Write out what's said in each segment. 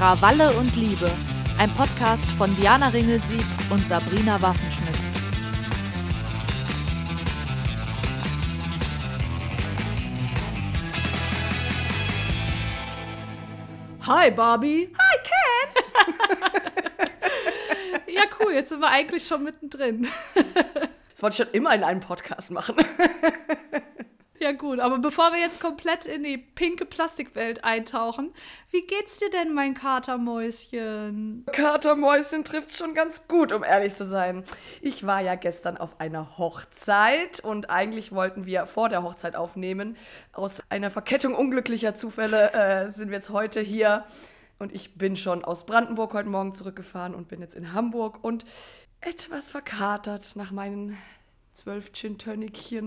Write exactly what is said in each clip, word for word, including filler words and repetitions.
Krawalle und Liebe, ein Podcast von Diana Ringelsieb und Sabrina Waffenschmidt. Hi Barbie. Hi Ken. Ja cool, jetzt sind wir eigentlich schon mittendrin. Das wollte ich schon immer in einem Podcast machen. Ja gut, aber bevor wir jetzt komplett in die pinke Plastikwelt eintauchen, wie geht's dir denn, mein Katermäuschen? Katermäuschen trifft's schon ganz gut, um ehrlich zu sein. Ich war ja gestern auf einer Hochzeit und eigentlich wollten wir vor der Hochzeit aufnehmen. Aus einer Verkettung unglücklicher Zufälle äh, sind wir jetzt heute hier. Und ich bin schon aus Brandenburg heute Morgen zurückgefahren und bin jetzt in Hamburg und etwas verkatert nach meinen zwölf Gin-Tonicchen.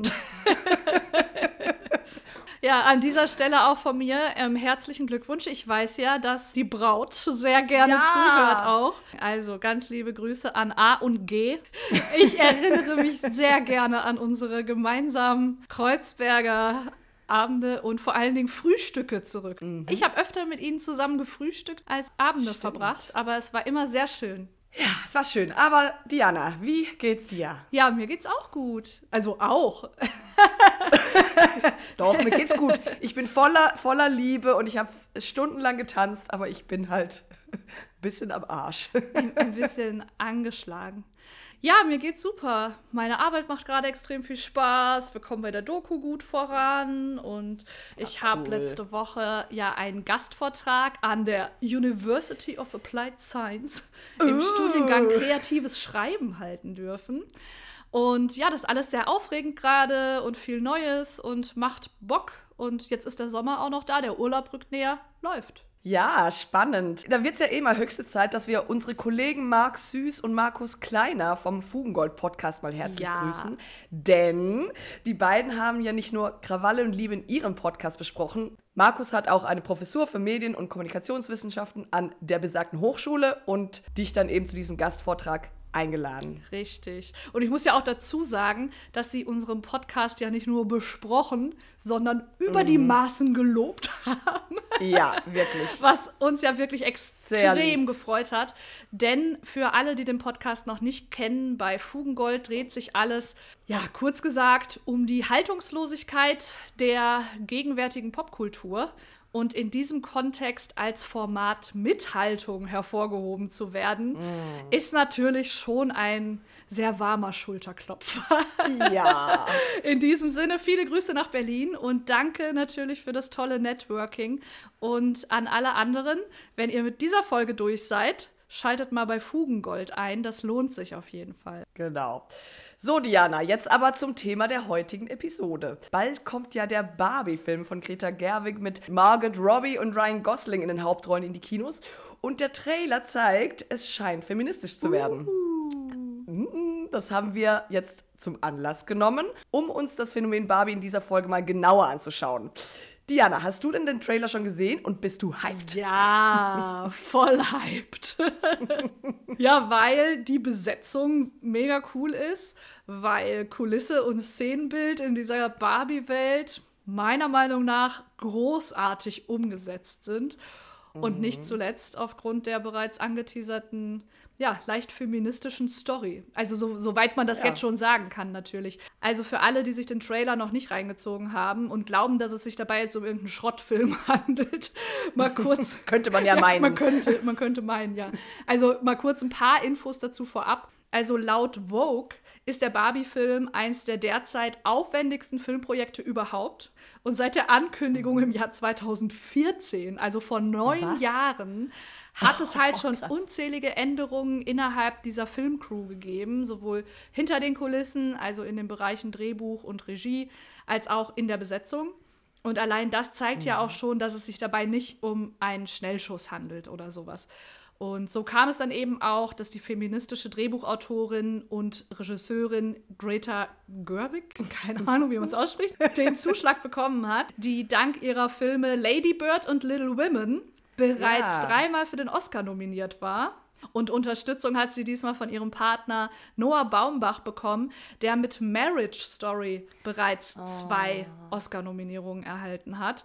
Ja, an dieser Stelle auch von mir ähm, herzlichen Glückwunsch. Ich weiß ja, dass die Braut sehr gerne Ja. zuhört auch. Also ganz liebe Grüße an A und G. Ich erinnere mich sehr gerne an unsere gemeinsamen Kreuzberger Abende und vor allen Dingen Frühstücke zurück. Mhm. Ich habe öfter mit ihnen zusammen gefrühstückt als Abende Stimmt. verbracht, aber es war immer sehr schön. Ja, es war schön. Aber Diana, wie geht's dir? Ja, mir geht's auch gut. Also auch. Doch, mir geht's gut. Ich bin voller, voller Liebe und ich habe stundenlang getanzt, aber ich bin halt ein bisschen am Arsch. Ein, ein bisschen angeschlagen. Ja, mir geht's super. Meine Arbeit macht gerade extrem viel Spaß. Wir kommen bei der Doku gut voran. Und ich Ach, habe cool. letzte Woche ja einen Gastvortrag an der University of Applied Science im Uh. Studiengang Kreatives Schreiben halten dürfen. Und ja, das ist alles sehr aufregend gerade und viel Neues und macht Bock. Und jetzt ist der Sommer auch noch da, der Urlaub rückt näher, läuft. Ja, spannend. Da wird es ja eh mal höchste Zeit, dass wir unsere Kollegen Marc Süß und Markus Kleiner vom Fugengold-Podcast mal herzlich Ja. grüßen. Denn die beiden haben ja nicht nur Krawalle und Liebe in ihrem Podcast besprochen. Markus hat auch eine Professur für Medien- und Kommunikationswissenschaften an der besagten Hochschule und dich dann eben zu diesem Gastvortrag eingeladen. Richtig. Und ich muss ja auch dazu sagen, dass sie unseren Podcast ja nicht nur besprochen, sondern über die Maßen gelobt haben. Ja, wirklich. Was uns ja wirklich Sehr extrem lieb. gefreut hat. Denn für alle, die den Podcast noch nicht kennen, bei Fugengold dreht sich alles, ja, kurz gesagt, um die Haltungslosigkeit der gegenwärtigen Popkultur. Und in diesem Kontext als Format mit Haltung hervorgehoben zu werden, mm. ist natürlich schon ein sehr warmer Schulterklopfer. Ja. In diesem Sinne, viele Grüße nach Berlin und danke natürlich für das tolle Networking. Und an alle anderen, wenn ihr mit dieser Folge durch seid, schaltet mal bei Fugengold ein. Das lohnt sich auf jeden Fall. Genau. So, Diana, jetzt aber zum Thema der heutigen Episode. Bald kommt ja der Barbie-Film von Greta Gerwig mit Margot Robbie und Ryan Gosling in den Hauptrollen in die Kinos. Und der Trailer zeigt, es scheint feministisch zu werden. Uh. Das haben wir jetzt zum Anlass genommen, um uns das Phänomen Barbie in dieser Folge mal genauer anzuschauen. Diana, hast du denn den Trailer schon gesehen und bist du hyped? Ja, voll hyped. Ja, weil die Besetzung mega cool ist, weil Kulisse und Szenenbild in dieser Barbie-Welt meiner Meinung nach großartig umgesetzt sind. Und nicht zuletzt aufgrund der bereits angeteaserten, ja, leicht feministischen Story. Also so, soweit man das Ja. jetzt schon sagen kann, natürlich. Also für alle, die sich den Trailer noch nicht reingezogen haben und glauben, dass es sich dabei jetzt um irgendeinen Schrottfilm handelt, mal kurz... Könnte man ja meinen. Man könnte, man könnte meinen, ja. Also mal kurz ein paar Infos dazu vorab. Also laut Vogue ist der Barbie-Film eins der derzeit aufwendigsten Filmprojekte überhaupt. Und seit der Ankündigung im Jahr zweitausendvierzehn, also vor neun Was? Jahren, hat es halt Oh, schon krass. unzählige Änderungen innerhalb dieser Filmcrew gegeben, sowohl hinter den Kulissen, also in den Bereichen Drehbuch und Regie, als auch in der Besetzung. Und allein das zeigt ja auch schon, dass es sich dabei nicht um einen Schnellschuss handelt oder sowas. Und so kam es dann eben auch, dass die feministische Drehbuchautorin und Regisseurin Greta Gerwig, keine Ahnung, wie man es ausspricht, den Zuschlag bekommen hat, die dank ihrer Filme Lady Bird und Little Women bereits Ja. dreimal für den Oscar nominiert war. Und Unterstützung hat sie diesmal von ihrem Partner Noah Baumbach bekommen, der mit Marriage Story bereits zwei Oscar-Nominierungen erhalten hat.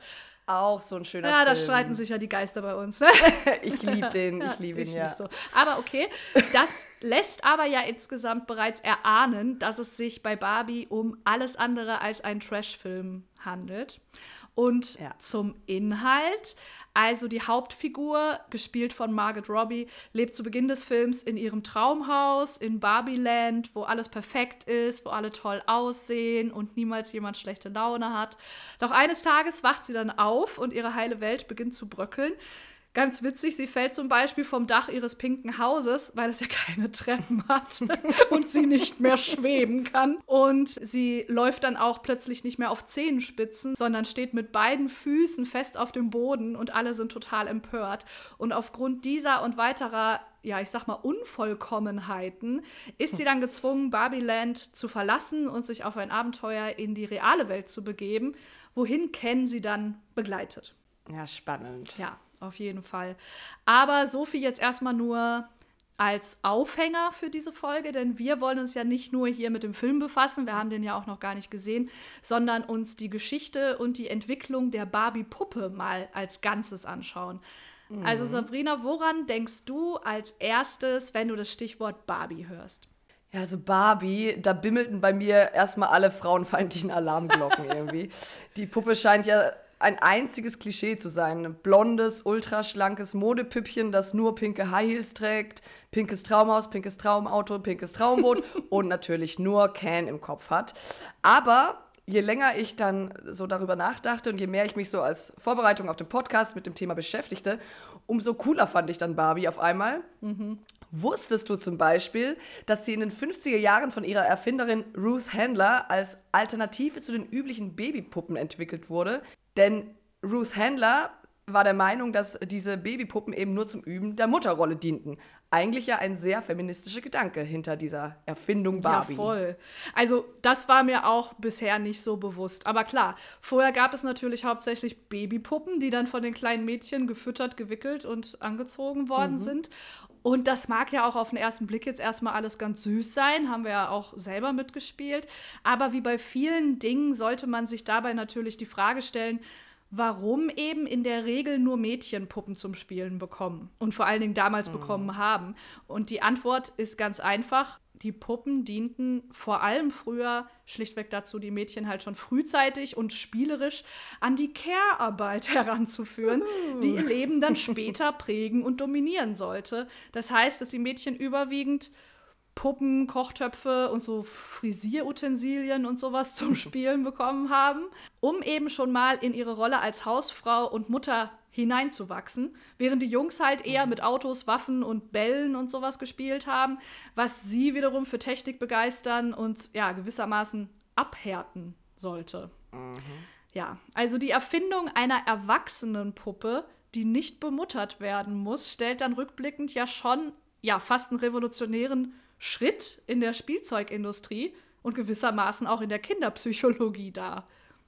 Auch so ein schöner Ja, Film. da streiten sich ja die Geister bei uns. Ne? Ich liebe den, ich liebe ihn, ich ja. Nicht so. Aber okay, das lässt aber ja insgesamt bereits erahnen, dass es sich bei Barbie um alles andere als einen Trash-Film handelt. Und Ja. zum Inhalt, also die Hauptfigur, gespielt von Margot Robbie, lebt zu Beginn des Films in ihrem Traumhaus in Barbieland, wo alles perfekt ist, wo alle toll aussehen und niemals jemand schlechte Laune hat. Doch eines Tages wacht sie dann auf und ihre heile Welt beginnt zu bröckeln. Ganz witzig, sie fällt zum Beispiel vom Dach ihres pinken Hauses, weil es ja keine Treppen hat und sie nicht mehr schweben kann. Und sie läuft dann auch plötzlich nicht mehr auf Zehenspitzen, sondern steht mit beiden Füßen fest auf dem Boden und alle sind total empört. Und aufgrund dieser und weiterer, ja, ich sag mal, Unvollkommenheiten ist sie dann gezwungen, Barbieland zu verlassen und sich auf ein Abenteuer in die reale Welt zu begeben, wohin Ken sie dann begleitet. Ja, spannend. Ja, auf jeden Fall. Aber so viel jetzt erstmal nur als Aufhänger für diese Folge, denn wir wollen uns ja nicht nur hier mit dem Film befassen, wir haben den ja auch noch gar nicht gesehen, sondern uns die Geschichte und die Entwicklung der Barbie-Puppe mal als Ganzes anschauen. Mhm. Also Sabrina, woran denkst du als erstes, wenn du das Stichwort Barbie hörst? Ja, also Barbie, da bimmelten bei mir erstmal alle frauenfeindlichen Alarmglocken irgendwie. Die Puppe scheint ja ein einziges Klischee zu sein. Ein blondes, ultraschlankes Modepüppchen, das nur pinke High Heels trägt, pinkes Traumhaus, pinkes Traumauto, pinkes Traumboot und natürlich nur Ken im Kopf hat. Aber je länger ich dann so darüber nachdachte und je mehr ich mich so als Vorbereitung auf den Podcast mit dem Thema beschäftigte, umso cooler fand ich dann Barbie auf einmal. Mhm. Wusstest du zum Beispiel, dass sie in den fünfziger Jahren von ihrer Erfinderin Ruth Handler als Alternative zu den üblichen Babypuppen entwickelt wurde? Denn Ruth Handler war der Meinung, dass diese Babypuppen eben nur zum Üben der Mutterrolle dienten. Eigentlich ja ein sehr feministischer Gedanke hinter dieser Erfindung Barbie. Ja, voll. Also das war mir auch bisher nicht so bewusst. Aber klar, vorher gab es natürlich hauptsächlich Babypuppen, die dann von den kleinen Mädchen gefüttert, gewickelt und angezogen worden mhm. sind. Und das mag ja auch auf den ersten Blick jetzt erstmal alles ganz süß sein, haben wir ja auch selber mitgespielt. Aber wie bei vielen Dingen sollte man sich dabei natürlich die Frage stellen, warum eben in der Regel nur Mädchen Puppen zum Spielen bekommen und vor allen Dingen damals mhm. bekommen haben. Und die Antwort ist ganz einfach. Die Puppen dienten vor allem früher schlichtweg dazu, die Mädchen halt schon frühzeitig und spielerisch an die Care-Arbeit heranzuführen, uh. die ihr Leben dann später prägen und dominieren sollte. Das heißt, dass die Mädchen überwiegend Puppen, Kochtöpfe und so Frisierutensilien und sowas zum Spielen bekommen haben, um eben schon mal in ihre Rolle als Hausfrau und Mutter hineinzuwachsen, während die Jungs halt eher mit Autos, Waffen und Bällen und sowas gespielt haben, was sie wiederum für Technik begeistern und ja, gewissermaßen abhärten sollte. Mhm. Ja, also die Erfindung einer erwachsenen Puppe, die nicht bemuttert werden muss, stellt dann rückblickend ja schon ja, fast einen revolutionären Schritt in der Spielzeugindustrie und gewissermaßen auch in der Kinderpsychologie dar.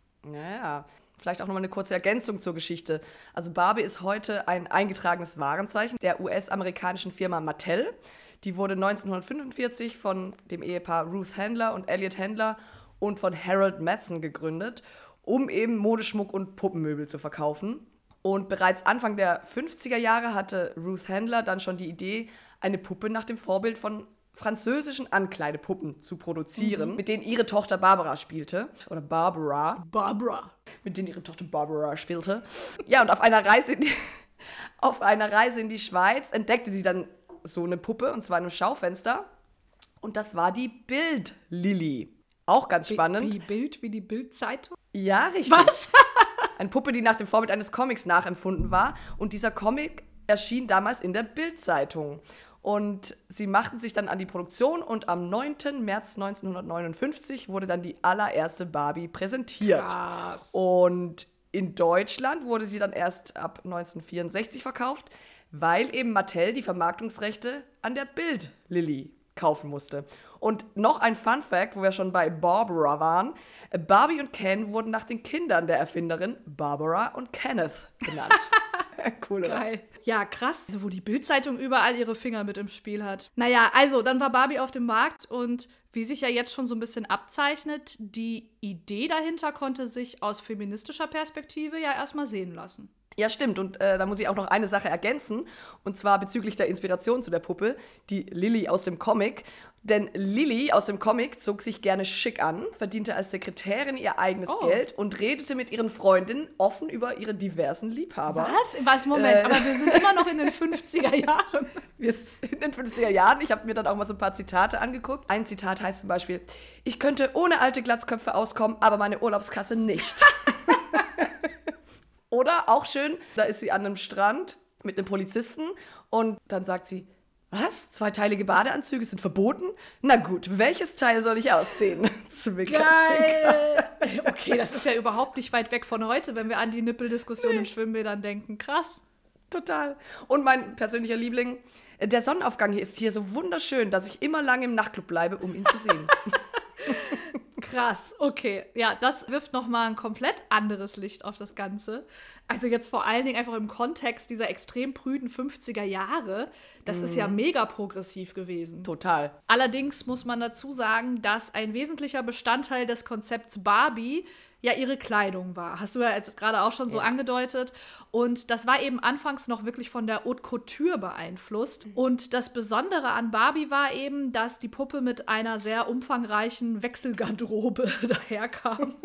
Naja, vielleicht auch noch mal eine kurze Ergänzung zur Geschichte. Also Barbie ist heute ein eingetragenes Warenzeichen der U S-amerikanischen Firma Mattel. Die wurde neunzehnhundertfünfundvierzig von dem Ehepaar Ruth Handler und Elliot Handler und von Harold Madsen gegründet, um eben Modeschmuck und Puppenmöbel zu verkaufen. Und bereits Anfang der fünfziger Jahre hatte Ruth Handler dann schon die Idee, eine Puppe nach dem Vorbild von französischen Ankleidepuppen zu produzieren, mhm. mit denen ihre Tochter Barbara spielte. Oder Barbara. Barbara. Mit denen ihre Tochter Barbara spielte. Ja, und auf einer Reise in die, auf einer Reise in die Schweiz entdeckte sie dann so eine Puppe, und zwar in einem Schaufenster. Und das war die Bild-Lilly. Auch ganz spannend. Wie Bild, wie die Bild-Zeitung? Ja, richtig. Was? Eine Puppe, die nach dem Vorbild eines Comics nachempfunden war. Und dieser Comic erschien damals in der Bild-Zeitung. Und sie machten sich dann an die Produktion und am neunten März neunzehnhundertneunundfünfzig wurde dann die allererste Barbie präsentiert. Krass. Und in Deutschland wurde sie dann erst ab neunzehnhundertvierundsechzig verkauft, weil eben Mattel die Vermarktungsrechte an der Bild-Lilly kaufen musste. Und noch ein Fun-Fact, wo wir schon bei Barbara waren. Barbie und Ken wurden nach den Kindern der Erfinderin Barbara und Kenneth genannt. Cool, oder? Geil. Ja, krass, also, wo die Bild-Zeitung überall ihre Finger mit im Spiel hat. Naja, also, dann war Barbie auf dem Markt und wie sich ja jetzt schon so ein bisschen abzeichnet, die Idee dahinter konnte sich aus feministischer Perspektive ja erstmal sehen lassen. Ja, stimmt. Und äh, da muss ich auch noch eine Sache ergänzen. Und zwar bezüglich der Inspiration zu der Puppe, die Lily aus dem Comic. Denn Lily aus dem Comic zog sich gerne schick an, verdiente als Sekretärin ihr eigenes Oh. Geld und redete mit ihren Freundinnen offen über ihre diversen Liebhaber. Was? Was? Moment, Äh. aber wir sind immer noch in den fünfziger Jahren. Wir sind in den fünfziger Jahren. Ich habe mir dann auch mal so ein paar Zitate angeguckt. Ein Zitat heißt zum Beispiel: Ich könnte ohne alte Glatzköpfe auskommen, aber meine Urlaubskasse nicht. Oder auch schön, da ist sie an einem Strand mit einem Polizisten und dann sagt sie: Was? Zweiteilige Badeanzüge sind verboten? Na gut, welches Teil soll ich ausziehen? Zwinker, zwinker. Geil. Okay, das ist ja überhaupt nicht weit weg von heute, wenn wir an die Nippeldiskussion in Schwimmbädern denken. Krass. Total. Und mein persönlicher Liebling: Der Sonnenaufgang hier ist hier so wunderschön, dass ich immer lange im Nachtclub bleibe, um ihn zu sehen. Krass, okay. Ja, das wirft nochmal ein komplett anderes Licht auf das Ganze. Also jetzt vor allen Dingen einfach im Kontext dieser extrem prüden fünfziger Jahre. Das ist ja mega progressiv gewesen. Total. Allerdings muss man dazu sagen, dass ein wesentlicher Bestandteil des Konzepts Barbie ja ihre Kleidung war. Hast du ja jetzt gerade auch schon so Ja. angedeutet. Und das war eben anfangs noch wirklich von der Haute Couture beeinflusst. Und das Besondere an Barbie war eben, dass die Puppe mit einer sehr umfangreichen Wechselgarderobe daherkam,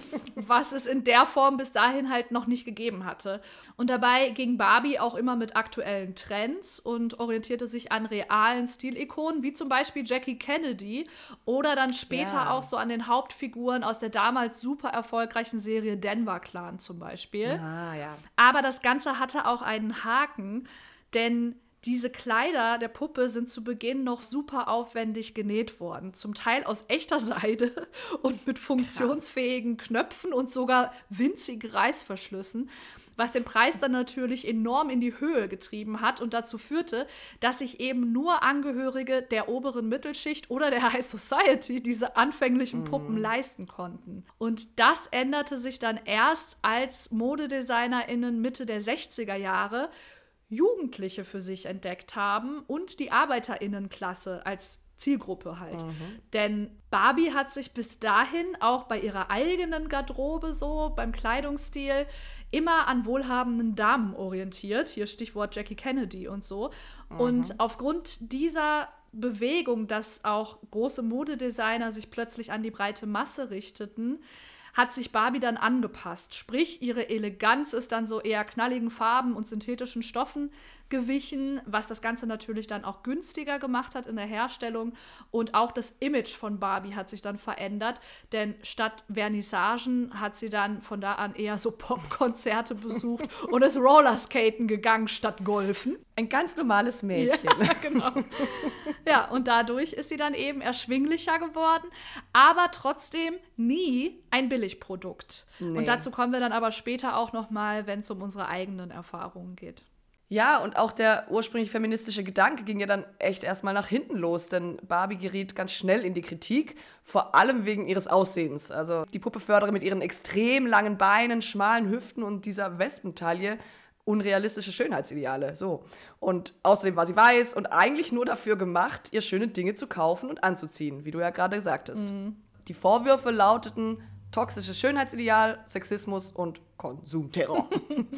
was es in der Form bis dahin halt noch nicht gegeben hatte. Und dabei ging Barbie auch immer mit aktuellen Trends und orientierte sich an realen Stilikonen, wie zum Beispiel Jackie Kennedy oder dann später Ja. auch so an den Hauptfiguren aus der damals super erfolgreichen Serie Denver Clan zum Beispiel. Ah, ja. Aber das Ganze hatte auch einen Haken, denn diese Kleider der Puppe sind zu Beginn noch super aufwendig genäht worden. Zum Teil aus echter Seide und mit funktionsfähigen Knöpfen und sogar winzigen Reißverschlüssen, was den Preis dann natürlich enorm in die Höhe getrieben hat und dazu führte, dass sich eben nur Angehörige der oberen Mittelschicht oder der High Society diese anfänglichen Puppen leisten konnten. Und das änderte sich dann erst, als ModedesignerInnen Mitte der sechziger Jahre Jugendliche für sich entdeckt haben und die ArbeiterInnenklasse als Zielgruppe halt. Denn Barbie hat sich bis dahin auch bei ihrer eigenen Garderobe so, beim Kleidungsstil, immer an wohlhabenden Damen orientiert. Hier Stichwort Jackie Kennedy und so. Und aufgrund dieser Bewegung, dass auch große Modedesigner sich plötzlich an die breite Masse richteten, hat sich Barbie dann angepasst. Sprich, ihre Eleganz ist dann so eher knalligen Farben und synthetischen Stoffen gewichen, was das Ganze natürlich dann auch günstiger gemacht hat in der Herstellung. Und auch das Image von Barbie hat sich dann verändert, denn statt Vernissagen hat sie dann von da an eher so Popkonzerte besucht und ist Rollerskaten gegangen statt Golfen. Ein ganz normales Mädchen. Ja, genau. Ja, und dadurch ist sie dann eben erschwinglicher geworden, aber trotzdem nie ein Billigprodukt. Nee. Und dazu kommen wir dann aber später auch noch mal, wenn es um unsere eigenen Erfahrungen geht. Ja, und auch der ursprünglich feministische Gedanke ging ja dann echt erstmal nach hinten los, denn Barbie geriet ganz schnell in die Kritik, vor allem wegen ihres Aussehens. Also die Puppe fördere mit ihren extrem langen Beinen, schmalen Hüften und dieser Wespentaille unrealistische Schönheitsideale. So. Und außerdem war sie weiß und eigentlich nur dafür gemacht, ihr schöne Dinge zu kaufen und anzuziehen, wie du ja gerade sagtest. Die Vorwürfe lauteten toxisches Schönheitsideal, Sexismus und Konsumterror.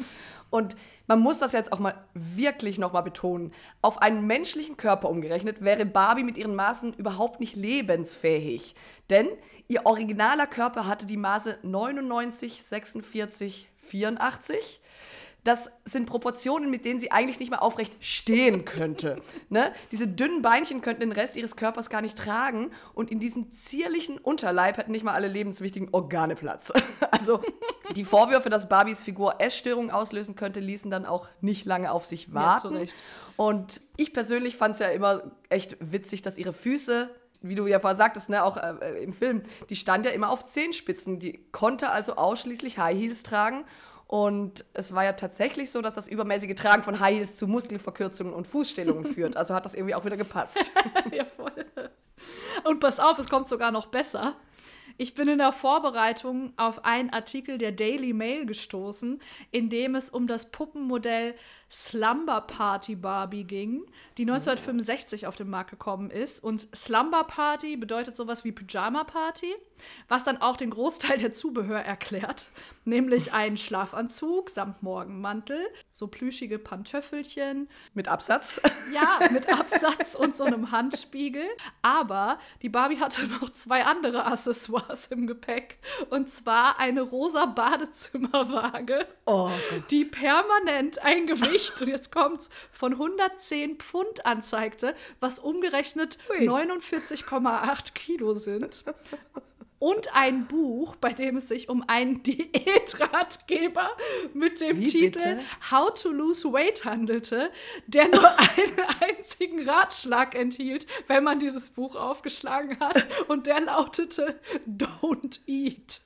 Und man muss das jetzt auch mal wirklich noch mal betonen. Auf einen menschlichen Körper umgerechnet wäre Barbie mit ihren Maßen überhaupt nicht lebensfähig. Denn ihr originaler Körper hatte die Maße neunundneunzig, sechsundvierzig, vierundachtzig. Das sind Proportionen, mit denen sie eigentlich nicht mehr aufrecht stehen könnte. Ne? Diese dünnen Beinchen könnten den Rest ihres Körpers gar nicht tragen und in diesem zierlichen Unterleib hätten nicht mal alle lebenswichtigen Organe Platz. Also die Vorwürfe, dass Barbies Figur Essstörungen auslösen könnte, ließen dann auch nicht lange auf sich warten. Ja, zu Recht. Und ich persönlich fand es ja immer echt witzig, dass ihre Füße, wie du ja vorher sagtest, ne, auch äh, im Film, die stand ja immer auf Zehenspitzen. Die konnte also ausschließlich High Heels tragen. Und es war ja tatsächlich so, dass das übermäßige Tragen von High Heels zu Muskelverkürzungen und Fußstellungen führt. Also hat das irgendwie auch wieder gepasst. Ja, voll. Und pass auf, es kommt sogar noch besser. Ich bin in der Vorbereitung auf einen Artikel der Daily Mail gestoßen, in dem es um das Puppenmodell Slumber Party Barbie ging, die neunzehnhundertfünfundsechzig auf den Markt gekommen ist. Und Slumber Party bedeutet sowas wie Pyjama Party, was dann auch den Großteil der Zubehör erklärt. Nämlich einen Schlafanzug samt Morgenmantel, so plüschige Pantöffelchen. Mit Absatz? Ja, mit Absatz und so einem Handspiegel. Aber die Barbie hatte noch zwei andere Accessoires im Gepäck. Und zwar eine rosa Badezimmerwaage, Oh. die permanent ein Gewicht, und jetzt kommt's, von hundertzehn Pfund anzeigte, was umgerechnet Ui. neunundvierzig Komma acht Kilo sind. Und ein Buch, bei dem es sich um einen Diätratgeber mit dem Wie Titel bitte? How to Lose Weight handelte, der nur einen einzigen Ratschlag enthielt, wenn man dieses Buch aufgeschlagen hat. Und der lautete Don't eat.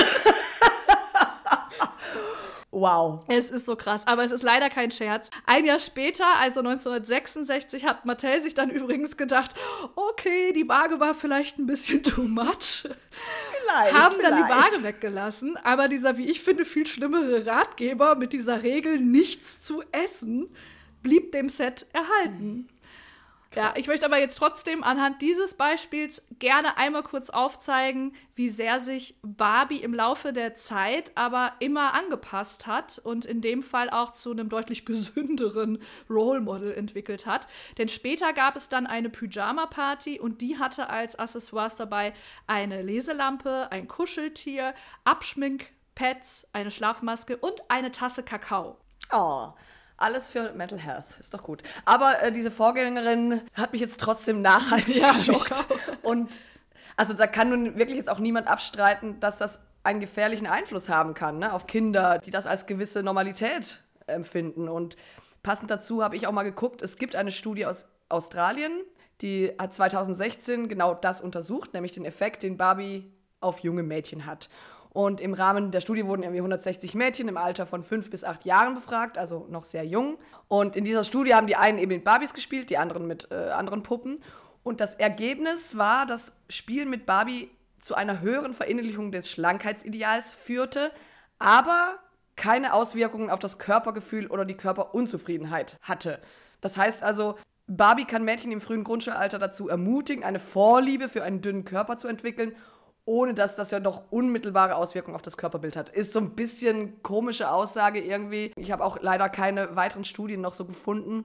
Wow. Es ist so krass, aber es ist leider kein Scherz. Ein Jahr später, also neunzehnhundertsechsundsechzig, hat Mattel sich dann übrigens gedacht, okay, die Waage war vielleicht ein bisschen too much. Vielleicht, Haben dann die vielleicht. Waage weggelassen, aber dieser, wie ich finde, viel schlimmere Ratgeber mit dieser Regel, nichts zu essen, blieb dem Set erhalten. Ja, ich möchte aber jetzt trotzdem anhand dieses Beispiels gerne einmal kurz aufzeigen, wie sehr sich Barbie im Laufe der Zeit aber immer angepasst hat und in dem Fall auch zu einem deutlich gesünderen Role Model entwickelt hat. Denn später gab es dann eine Pyjama-Party und die hatte als Accessoires dabei eine Leselampe, ein Kuscheltier, Abschminkpads, eine Schlafmaske und eine Tasse Kakao. Oh. Alles für Mental Health, ist doch gut. Aber äh, diese Vorgängerin hat mich jetzt trotzdem nachhaltig Ja, geschockt. mich auch. Und also da kann nun wirklich jetzt auch niemand abstreiten, dass das einen gefährlichen Einfluss haben kann, ne, auf Kinder, die das als gewisse Normalität empfinden. Und passend dazu habe ich auch mal geguckt, es gibt eine Studie aus Australien, die hat zweitausendsechzehn genau das untersucht, nämlich den Effekt, den Barbie auf junge Mädchen hat. Und im Rahmen der Studie wurden irgendwie hundertsechzig Mädchen im Alter von fünf bis acht Jahren befragt, also noch sehr jung. Und in dieser Studie haben die einen eben mit Barbies gespielt, die anderen mit äh, anderen Puppen. Und das Ergebnis war, dass Spielen mit Barbie zu einer höheren Verinnerlichung des Schlankheitsideals führte, aber keine Auswirkungen auf das Körpergefühl oder die Körperunzufriedenheit hatte. Das heißt also, Barbie kann Mädchen im frühen Grundschulalter dazu ermutigen, eine Vorliebe für einen dünnen Körper zu entwickeln, ohne dass das ja noch unmittelbare Auswirkungen auf das Körperbild hat. Ist so ein bisschen komische Aussage irgendwie. Ich habe auch leider keine weiteren Studien noch so gefunden.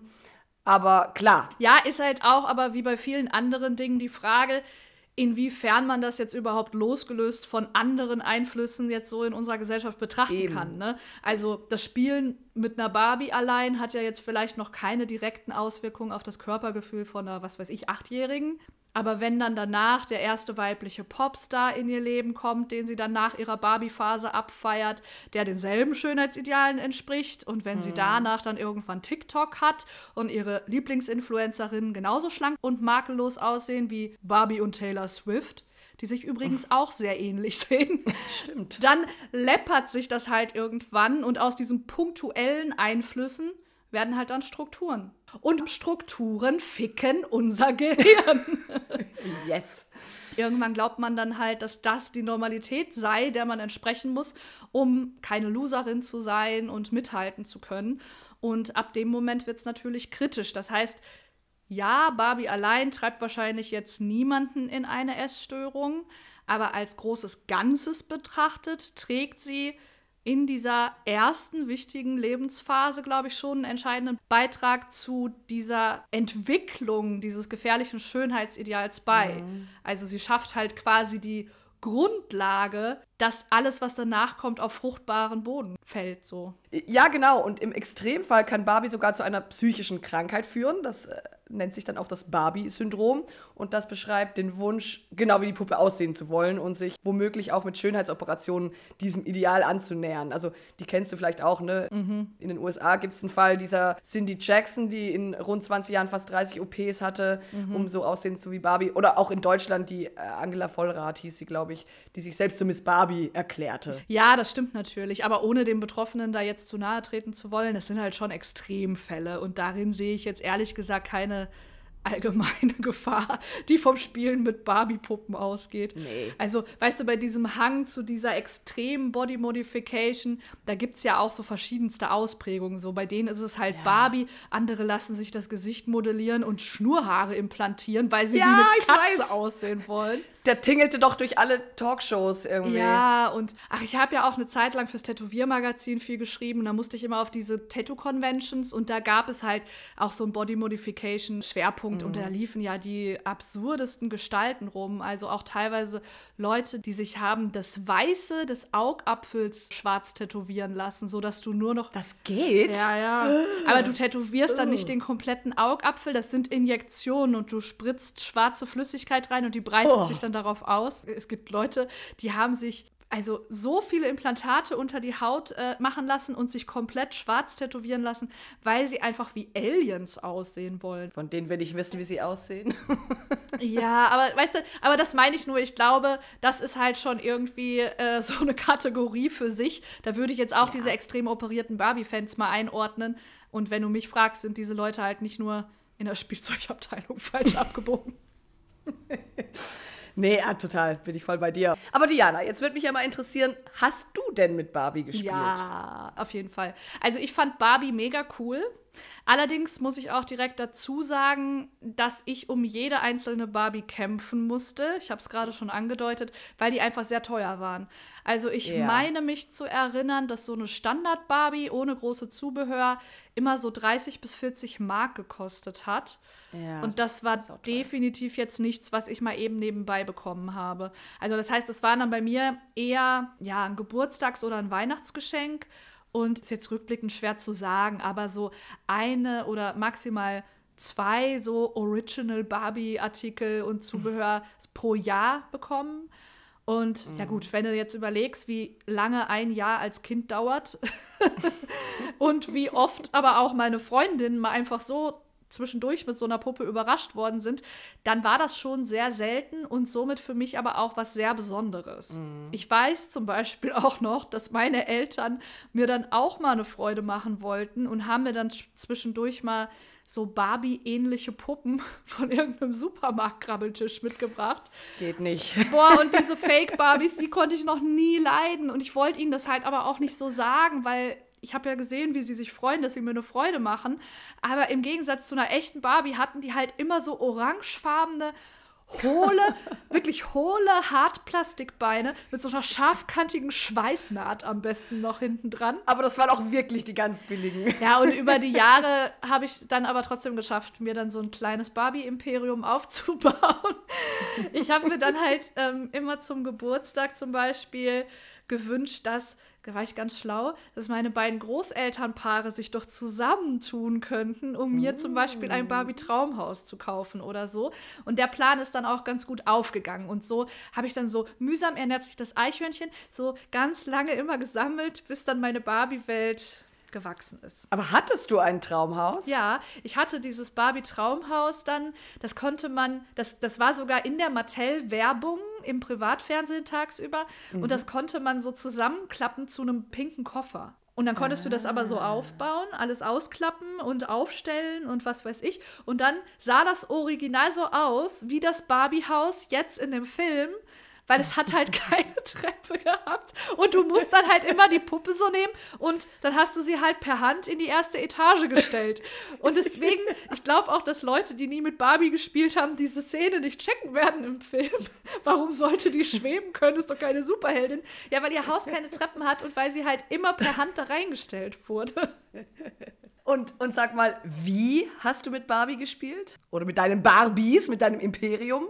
Aber klar. Ja, ist halt auch, aber wie bei vielen anderen Dingen die Frage, inwiefern man das jetzt überhaupt losgelöst von anderen Einflüssen jetzt so in unserer Gesellschaft betrachten Eben. kann. Ne? Also das Spielen mit einer Barbie allein hat ja jetzt vielleicht noch keine direkten Auswirkungen auf das Körpergefühl von einer, was weiß ich, Achtjährigen. Aber wenn dann danach der erste weibliche Popstar in ihr Leben kommt, den sie dann nach ihrer Barbie-Phase abfeiert, der denselben Schönheitsidealen entspricht, und wenn sie danach dann irgendwann TikTok hat und ihre Lieblingsinfluencerinnen genauso schlank und makellos aussehen wie Barbie und Taylor Swift, die sich übrigens auch sehr ähnlich sehen, Stimmt. dann läppert sich das halt irgendwann und aus diesen punktuellen Einflüssen werden halt dann Strukturen. Und Strukturen ficken unser Gehirn. Yes. Irgendwann glaubt man dann halt, dass das die Normalität sei, der man entsprechen muss, um keine Loserin zu sein und mithalten zu können. Und ab dem Moment wird es natürlich kritisch. Das heißt, ja, Barbie allein treibt wahrscheinlich jetzt niemanden in eine Essstörung, aber als großes Ganzes betrachtet trägt sie in dieser ersten wichtigen Lebensphase, glaube ich, schon einen entscheidenden Beitrag zu dieser Entwicklung dieses gefährlichen Schönheitsideals bei. Mhm. Also sie schafft halt quasi die Grundlage, dass alles, was danach kommt, auf fruchtbaren Boden fällt, so. Ja, genau. Und im Extremfall kann Barbie sogar zu einer psychischen Krankheit führen. Das äh, nennt sich dann auch das Barbie-Syndrom. Und das beschreibt den Wunsch, genau wie die Puppe aussehen zu wollen und sich womöglich auch mit Schönheitsoperationen diesem Ideal anzunähern. Also die kennst du vielleicht auch, ne? Mhm. In den U S A gibt es einen Fall dieser Cindy Jackson, die in rund zwanzig Jahren fast dreißig O Ps hatte, mhm. um so aussehen zu wie Barbie. Oder auch in Deutschland die äh, Angela Vollrath hieß sie, glaube ich, die sich selbst zu Miss Barbie erklärte. Ja, das stimmt natürlich. Aber ohne den Betroffenen da jetzt zu nahe treten zu wollen, das sind halt schon Extremfälle. Und darin sehe ich jetzt ehrlich gesagt keine allgemeine Gefahr, die vom Spielen mit Barbie-Puppen ausgeht. Nee. Also, weißt du, bei diesem Hang zu dieser extremen Body Modification, da gibt es ja auch so verschiedenste Ausprägungen. So, bei denen ist es halt ja. Barbie, andere lassen sich das Gesicht modellieren und Schnurrhaare implantieren, weil sie ja, wie eine Katze weiß. aussehen wollen. Der tingelte doch durch alle Talkshows irgendwie. Ja, und ach, ich habe ja auch eine Zeit lang fürs Tätowiermagazin viel geschrieben. Und da musste ich immer auf diese Tattoo-Conventions und da gab es halt auch so einen Body-Modification-Schwerpunkt. Mhm. Und da liefen ja die absurdesten Gestalten rum. Also auch teilweise Leute, die sich haben das Weiße des Augapfels schwarz tätowieren lassen, sodass du nur noch... Das geht? Ja, ja. Aber du tätowierst dann nicht den kompletten Augapfel. Das sind Injektionen und du spritzt schwarze Flüssigkeit rein und die breitet oh. sich dann darauf aus. Es gibt Leute, die haben sich also so viele Implantate unter die Haut äh, machen lassen und sich komplett schwarz tätowieren lassen, weil sie einfach wie Aliens aussehen wollen. Von denen will ich wissen, wie sie aussehen. Ja, aber weißt du, aber das meine ich nur. Ich glaube, das ist halt schon irgendwie äh, so eine Kategorie für sich. Da würde ich jetzt auch ja. diese extrem operierten Barbie-Fans mal einordnen. Und wenn du mich fragst, sind diese Leute halt nicht nur in der Spielzeugabteilung falsch abgebogen. Nee, ja, total, bin ich voll bei dir. Aber Diana, jetzt würde mich ja mal interessieren, hast du denn mit Barbie gespielt? Ja, auf jeden Fall. Also ich fand Barbie mega cool. Allerdings muss ich auch direkt dazu sagen, dass ich um jede einzelne Barbie kämpfen musste. Ich habe es gerade schon angedeutet, weil die einfach sehr teuer waren. Also ich ja. meine mich zu erinnern, dass so eine Standard-Barbie ohne große Zubehör immer so dreißig bis vierzig Mark gekostet hat. Ja, und das war das definitiv jetzt nichts, was ich mal eben nebenbei bekommen habe. Also das heißt, das war dann bei mir eher ja, ein Geburtstags- oder ein Weihnachtsgeschenk. Und ist jetzt rückblickend schwer zu sagen, aber so eine oder maximal zwei so Original-Barbie-Artikel und Zubehör pro Jahr bekommen. Und mhm. ja gut, wenn du jetzt überlegst, wie lange ein Jahr als Kind dauert und wie oft aber auch meine Freundinnen mal einfach so zwischendurch mit so einer Puppe überrascht worden sind, dann war das schon sehr selten und somit für mich aber auch was sehr Besonderes. Mhm. Ich weiß zum Beispiel auch noch, dass meine Eltern mir dann auch mal eine Freude machen wollten und haben mir dann zwischendurch mal so Barbie-ähnliche Puppen von irgendeinem Supermarkt-Krabbeltisch mitgebracht. Das geht nicht. Boah, und diese Fake-Barbies, die konnte ich noch nie leiden. Und ich wollte ihnen das halt aber auch nicht so sagen, weil ich habe ja gesehen, wie sie sich freuen, dass sie mir eine Freude machen. Aber im Gegensatz zu einer echten Barbie hatten die halt immer so orangefarbene, hohle, wirklich hohle Hartplastikbeine mit so einer scharfkantigen Schweißnaht am besten noch hinten dran. Aber das waren auch wirklich die ganz billigen. Ja, und über die Jahre habe ich dann aber trotzdem geschafft, mir dann so ein kleines Barbie-Imperium aufzubauen. Ich habe mir dann halt ähm, immer zum Geburtstag zum Beispiel gewünscht, dass, da war ich ganz schlau, dass meine beiden Großelternpaare sich doch zusammentun könnten, um mir mm. zum Beispiel ein Barbie-Traumhaus zu kaufen oder so. Und der Plan ist dann auch ganz gut aufgegangen. Und so habe ich dann so, mühsam ernährt sich das Eichhörnchen, so ganz lange immer gesammelt, bis dann meine Barbie-Welt gewachsen ist. Aber hattest du ein Traumhaus? Ja, ich hatte dieses Barbie-Traumhaus dann, das konnte man, das, das war sogar in der Mattel-Werbung im Privatfernsehen tagsüber mhm. und das konnte man so zusammenklappen zu einem pinken Koffer. Und dann konntest ah. du das aber so aufbauen, alles ausklappen und aufstellen und was weiß ich. Und dann sah das Original so aus, wie das Barbie-Haus jetzt in dem Film, weil es hat halt keine Treppe gehabt. Und du musst dann halt immer die Puppe so nehmen und dann hast du sie halt per Hand in die erste Etage gestellt. Und deswegen, ich glaube auch, dass Leute, die nie mit Barbie gespielt haben, diese Szene nicht checken werden im Film. Warum sollte die schweben können? Ist doch keine Superheldin. Ja, weil ihr Haus keine Treppen hat und weil sie halt immer per Hand da reingestellt wurde. Und, und sag mal, wie hast du mit Barbie gespielt? Oder mit deinen Barbies, mit deinem Imperium?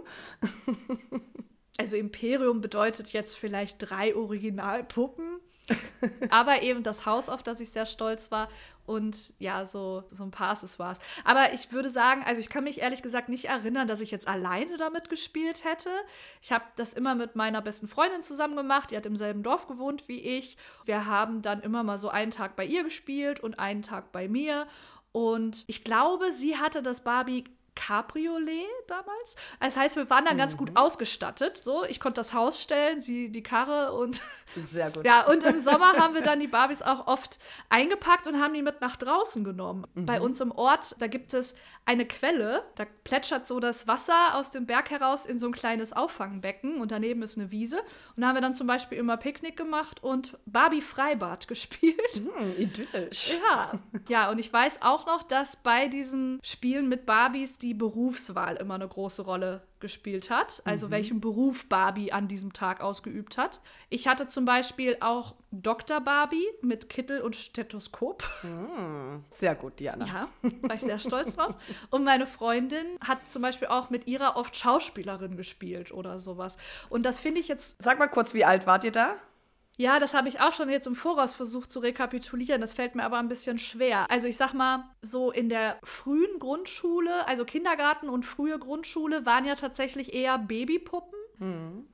Also Imperium bedeutet jetzt vielleicht drei Originalpuppen, aber eben das Haus, auf das ich sehr stolz war und ja, so, so ein paar Accessoires. Aber ich würde sagen, also ich kann mich ehrlich gesagt nicht erinnern, dass ich jetzt alleine damit gespielt hätte. Ich habe das immer mit meiner besten Freundin zusammen gemacht, die hat im selben Dorf gewohnt wie ich. Wir haben dann immer mal so einen Tag bei ihr gespielt und einen Tag bei mir und ich glaube, sie hatte das Barbie Cabriolet damals. Das heißt, wir waren dann mhm. ganz gut ausgestattet. So, ich konnte das Haus stellen, sie die Karre und sehr gut. Ja, und im Sommer haben wir dann die Barbies auch oft eingepackt und haben die mit nach draußen genommen. Mhm. Bei uns im Ort, da gibt es eine Quelle, da plätschert so das Wasser aus dem Berg heraus in so ein kleines Auffangbecken und daneben ist eine Wiese. Und da haben wir dann zum Beispiel immer Picknick gemacht und Barbie-Freibad gespielt. Hm, idyllisch. Ja. Ja, und ich weiß auch noch, dass bei diesen Spielen mit Barbies die Berufswahl immer eine große Rolle gespielt hat, also mhm. welchen Beruf Barbie an diesem Tag ausgeübt hat. Ich hatte zum Beispiel auch Doktor Barbie mit Kittel und Stethoskop. Mhm. Sehr gut, Diana. Ja, war ich sehr stolz drauf. Und meine Freundin hat zum Beispiel auch mit ihrer oft Schauspielerin gespielt oder sowas. Und das finde ich jetzt... Sag mal kurz, wie alt wart ihr da? Ja, das habe ich auch schon jetzt im Voraus versucht zu rekapitulieren. Das fällt mir aber ein bisschen schwer. Also ich sag mal, so in der frühen Grundschule, also Kindergarten und frühe Grundschule, waren ja tatsächlich eher Babypuppen. Mhm.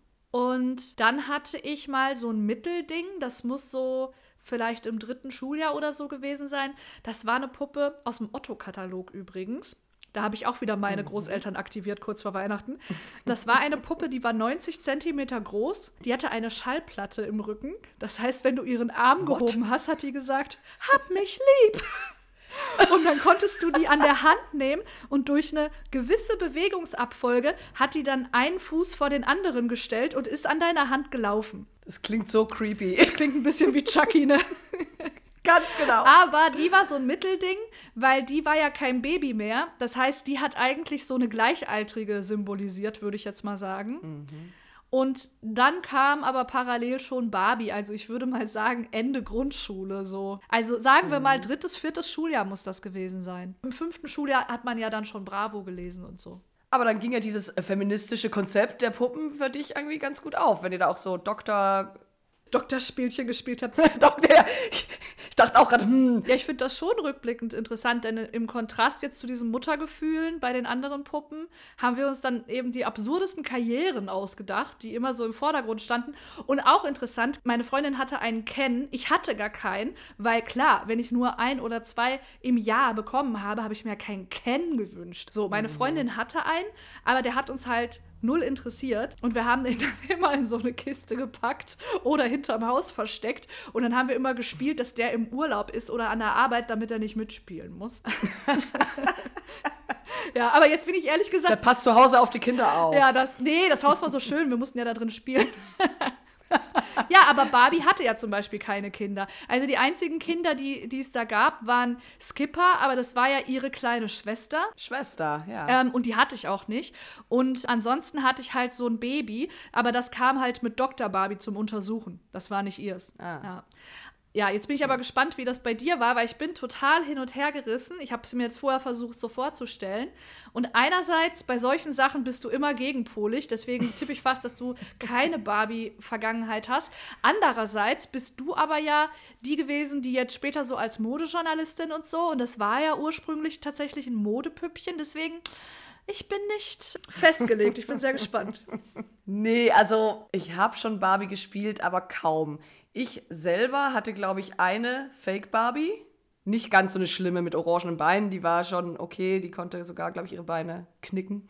Und dann hatte ich mal so ein Mittelding, das muss so vielleicht im dritten Schuljahr oder so gewesen sein. Das war eine Puppe aus dem Otto-Katalog übrigens. Da habe ich auch wieder meine Großeltern aktiviert, kurz vor Weihnachten. Das war eine Puppe, die war neunzig Zentimeter groß. Die hatte eine Schallplatte im Rücken. Das heißt, wenn du ihren Arm What? gehoben hast, hat die gesagt, hab mich lieb. Und dann konntest du die an der Hand nehmen und durch eine gewisse Bewegungsabfolge hat die dann einen Fuß vor den anderen gestellt und ist an deiner Hand gelaufen. Das klingt so creepy. Das klingt ein bisschen wie Chucky, ne? Ganz genau. Aber die war so ein Mittelding, weil die war ja kein Baby mehr. Das heißt, die hat eigentlich so eine Gleichaltrige symbolisiert, würde ich jetzt mal sagen. Mhm. Und dann kam aber parallel schon Barbie. Also ich würde mal sagen, Ende Grundschule so. Also sagen mhm. wir mal, drittes, viertes Schuljahr muss das gewesen sein. Im fünften Schuljahr hat man ja dann schon Bravo gelesen und so. Aber dann ging ja dieses feministische Konzept der Puppen für dich irgendwie ganz gut auf. Wenn ihr da auch so Doktor... Doktorspielchen gespielt habt. Doktor, ich, ich dachte auch gerade, hm. Ja, ich finde das schon rückblickend interessant, denn im Kontrast jetzt zu diesen Muttergefühlen bei den anderen Puppen haben wir uns dann eben die absurdesten Karrieren ausgedacht, die immer so im Vordergrund standen. Und auch interessant, meine Freundin hatte einen Ken, ich hatte gar keinen, weil klar, wenn ich nur ein oder zwei im Jahr bekommen habe, habe ich mir keinen Ken gewünscht. So, meine Freundin hatte einen, aber der hat uns halt null interessiert. Und wir haben den dann immer in so eine Kiste gepackt oder hinterm Haus versteckt. Und dann haben wir immer gespielt, dass der im Urlaub ist oder an der Arbeit, damit er nicht mitspielen muss. Ja, aber jetzt bin ich ehrlich gesagt... Der passt zu Hause auf die Kinder auf. Ja, das... Nee, das Haus war so schön, wir mussten ja da drin spielen. Ja, aber Barbie hatte ja zum Beispiel keine Kinder. Also die einzigen Kinder, die, die es da gab, waren Skipper, aber das war ja ihre kleine Schwester. Schwester, ja. Ähm, und die hatte ich auch nicht. Und ansonsten hatte ich halt so ein Baby, aber das kam halt mit Doktor Barbie zum Untersuchen. Das war nicht ihrs. Ah. Ja. Ja, jetzt bin ich aber gespannt, wie das bei dir war, weil ich bin total hin und her gerissen. Ich habe es mir jetzt vorher versucht, so vorzustellen. Und einerseits, bei solchen Sachen bist du immer gegenpolig. Deswegen tippe ich fast, dass du keine Barbie-Vergangenheit hast. Andererseits bist du aber ja die gewesen, die jetzt später so als Modejournalistin und so. Und das war ja ursprünglich tatsächlich ein Modepüppchen. Deswegen, ich bin nicht festgelegt. Ich bin sehr gespannt. Nee, also ich habe schon Barbie gespielt, aber kaum. Ich selber hatte, glaube ich, eine Fake-Barbie. Nicht ganz so eine schlimme mit orangenen Beinen. Die war schon okay. Die konnte sogar, glaube ich, ihre Beine knicken.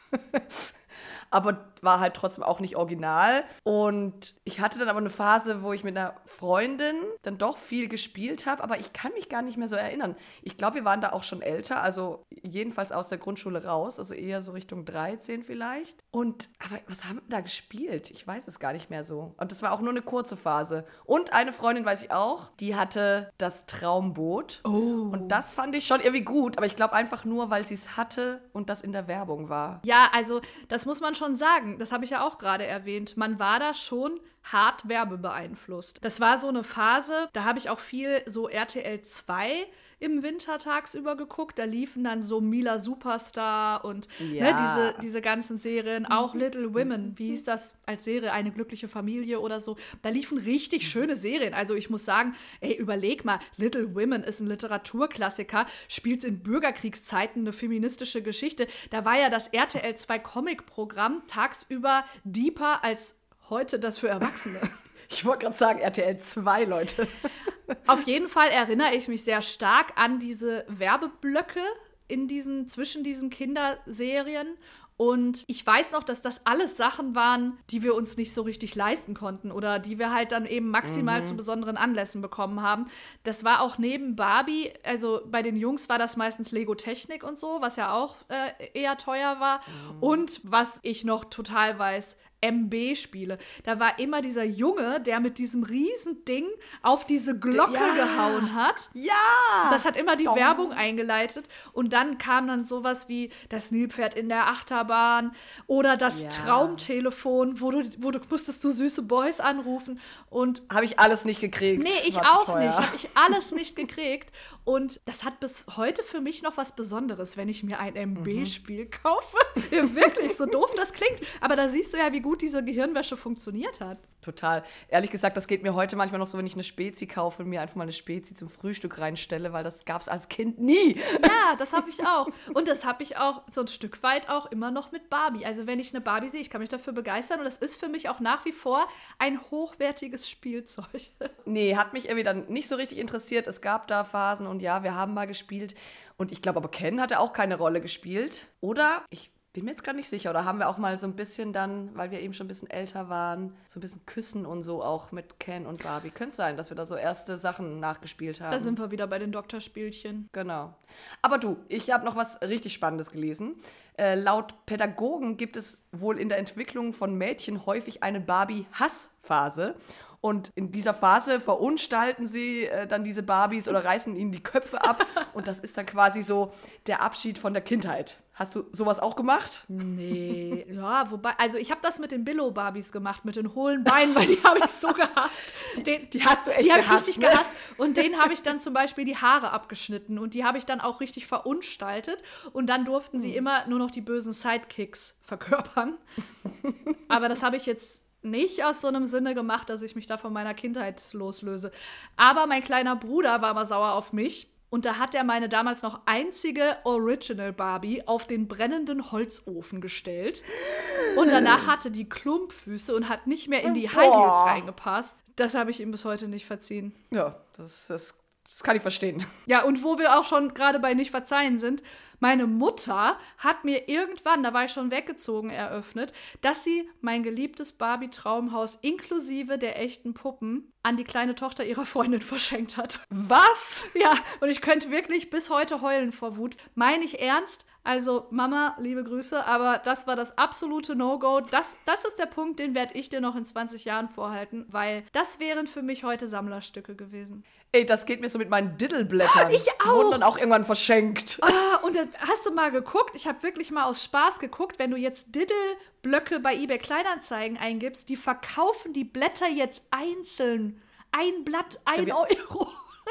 Aber war halt trotzdem auch nicht original. Und ich hatte dann aber eine Phase, wo ich mit einer Freundin dann doch viel gespielt habe, aber ich kann mich gar nicht mehr so erinnern. Ich glaube, wir waren da auch schon älter, also jedenfalls aus der Grundschule raus, also eher so Richtung dreizehn vielleicht. Und, aber was haben wir da gespielt? Ich weiß es gar nicht mehr so. Und das war auch nur eine kurze Phase. Und eine Freundin, weiß ich auch, die hatte das Traumboot. Oh. Und das fand ich schon irgendwie gut, aber ich glaube einfach nur, weil sie es hatte und das in der Werbung war. Ja, also das muss man schon sagen. Das habe ich ja auch gerade erwähnt. Man war da schon hart werbebeeinflusst. Das war so eine Phase, da habe ich auch viel so R T L zwei im Winter tagsüber geguckt. Da liefen dann so Mila Superstar und ja. ne, diese, diese ganzen Serien. Auch Little Women, wie hieß das als Serie? Eine glückliche Familie oder so. Da liefen richtig schöne Serien. Also ich muss sagen, ey, überleg mal, Little Women ist ein Literaturklassiker, spielt in Bürgerkriegszeiten eine feministische Geschichte. Da war ja das R T L zwei Comic-Programm tagsüber deeper als heute das für Erwachsene. Ich wollte gerade sagen, R T L zwei, Leute. Auf jeden Fall erinnere ich mich sehr stark an diese Werbeblöcke in diesen, zwischen diesen Kinderserien. Und ich weiß noch, dass das alles Sachen waren, die wir uns nicht so richtig leisten konnten oder die wir halt dann eben maximal mhm. zu besonderen Anlässen bekommen haben. Das war auch neben Barbie, also bei den Jungs war das meistens Lego-Technik und so, was ja auch äh, eher teuer war. Mhm. Und was ich noch total weiß, M B-Spiele. Da war immer dieser Junge, der mit diesem riesen Ding auf diese Glocke ja. gehauen hat. Ja! Das hat immer die Dong. Werbung eingeleitet. Und dann kam dann sowas wie das Nilpferd in der Achterbahn oder das ja. Traumtelefon, wo du, wo du musstest du süße Boys anrufen. Und habe ich alles nicht gekriegt. Nee, ich auch nicht. Habe ich alles nicht gekriegt. Und das hat bis heute für mich noch was Besonderes, wenn ich mir ein M B-Spiel mhm. kaufe. Ja, wirklich, so doof das klingt. Aber da siehst du ja, wie gut diese Gehirnwäsche funktioniert hat. Total. Ehrlich gesagt, das geht mir heute manchmal noch so, wenn ich eine Spezi kaufe und mir einfach mal eine Spezi zum Frühstück reinstelle, weil das gab es als Kind nie. Ja, das habe ich auch. Und das habe ich auch so ein Stück weit auch immer noch mit Barbie. Also wenn ich eine Barbie sehe, ich kann mich dafür begeistern. Und das ist für mich auch nach wie vor ein hochwertiges Spielzeug. Nee, hat mich irgendwie dann nicht so richtig interessiert. Es gab da Phasen und ja, wir haben mal gespielt. Und ich glaube aber, Ken hatte auch keine Rolle gespielt. Oder? Ich bin mir jetzt gar nicht sicher. Oder haben wir auch mal so ein bisschen dann, weil wir eben schon ein bisschen älter waren, so ein bisschen Küssen und so auch mit Ken und Barbie. Könnte sein, dass wir da so erste Sachen nachgespielt haben. Da sind wir wieder bei den Doktorspielchen. Genau. Aber du, ich habe noch was richtig Spannendes gelesen. Äh, laut Pädagogen gibt es wohl in der Entwicklung von Mädchen häufig eine Barbie-Hassphase. Und in dieser Phase verunstalten sie äh, dann diese Barbies oder reißen ihnen die Köpfe ab. Und das ist dann quasi so der Abschied von der Kindheit. Hast du sowas auch gemacht? Nee. Ja, wobei, also ich habe das mit den Billo-Barbies gemacht, mit den hohlen Beinen, weil die habe ich so gehasst. Den, die hast du echt die gehasst, Die habe ich richtig ne? gehasst. Und denen habe ich dann zum Beispiel die Haare abgeschnitten. Und die habe ich dann auch richtig verunstaltet. Und dann durften sie mhm. immer nur noch die bösen Sidekicks verkörpern. Aber das habe ich jetzt nicht aus so einem Sinne gemacht, dass ich mich da von meiner Kindheit loslöse. Aber mein kleiner Bruder war mal sauer auf mich. Und da hat er meine damals noch einzige Original Barbie auf den brennenden Holzofen gestellt. Und danach hatte die Klumpfüße und hat nicht mehr in die High Heels reingepasst. Das habe ich ihm bis heute nicht verziehen. Ja, das, das, das kann ich verstehen. Ja, und wo wir auch schon gerade bei nicht verzeihen sind, meine Mutter hat mir irgendwann, da war ich schon weggezogen, eröffnet, dass sie mein geliebtes Barbie-Traumhaus inklusive der echten Puppen an die kleine Tochter ihrer Freundin verschenkt hat. Was? Ja, und ich könnte wirklich bis heute heulen vor Wut. Meine ich ernst? Also Mama, liebe Grüße, aber das war das absolute No-Go. Das, das ist der Punkt, den werde ich dir noch in zwanzig Jahren vorhalten, weil das wären für mich heute Sammlerstücke gewesen. Ey, das geht mir so mit meinen Diddleblättern. Ich auch. Die wurden dann auch irgendwann verschenkt. Ah, und dann hast du mal geguckt? Ich habe wirklich mal aus Spaß geguckt, wenn du jetzt Diddle-Blöcke bei eBay Kleinanzeigen eingibst, die verkaufen die Blätter jetzt einzeln. Ein Blatt, ein ja, Euro.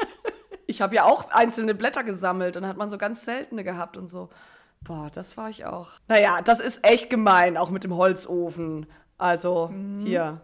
Ich habe ja auch einzelne Blätter gesammelt. Dann hat man so ganz seltene gehabt und so. Boah, das war ich auch. Naja, das ist echt gemein, auch mit dem Holzofen. Also, mhm. hier.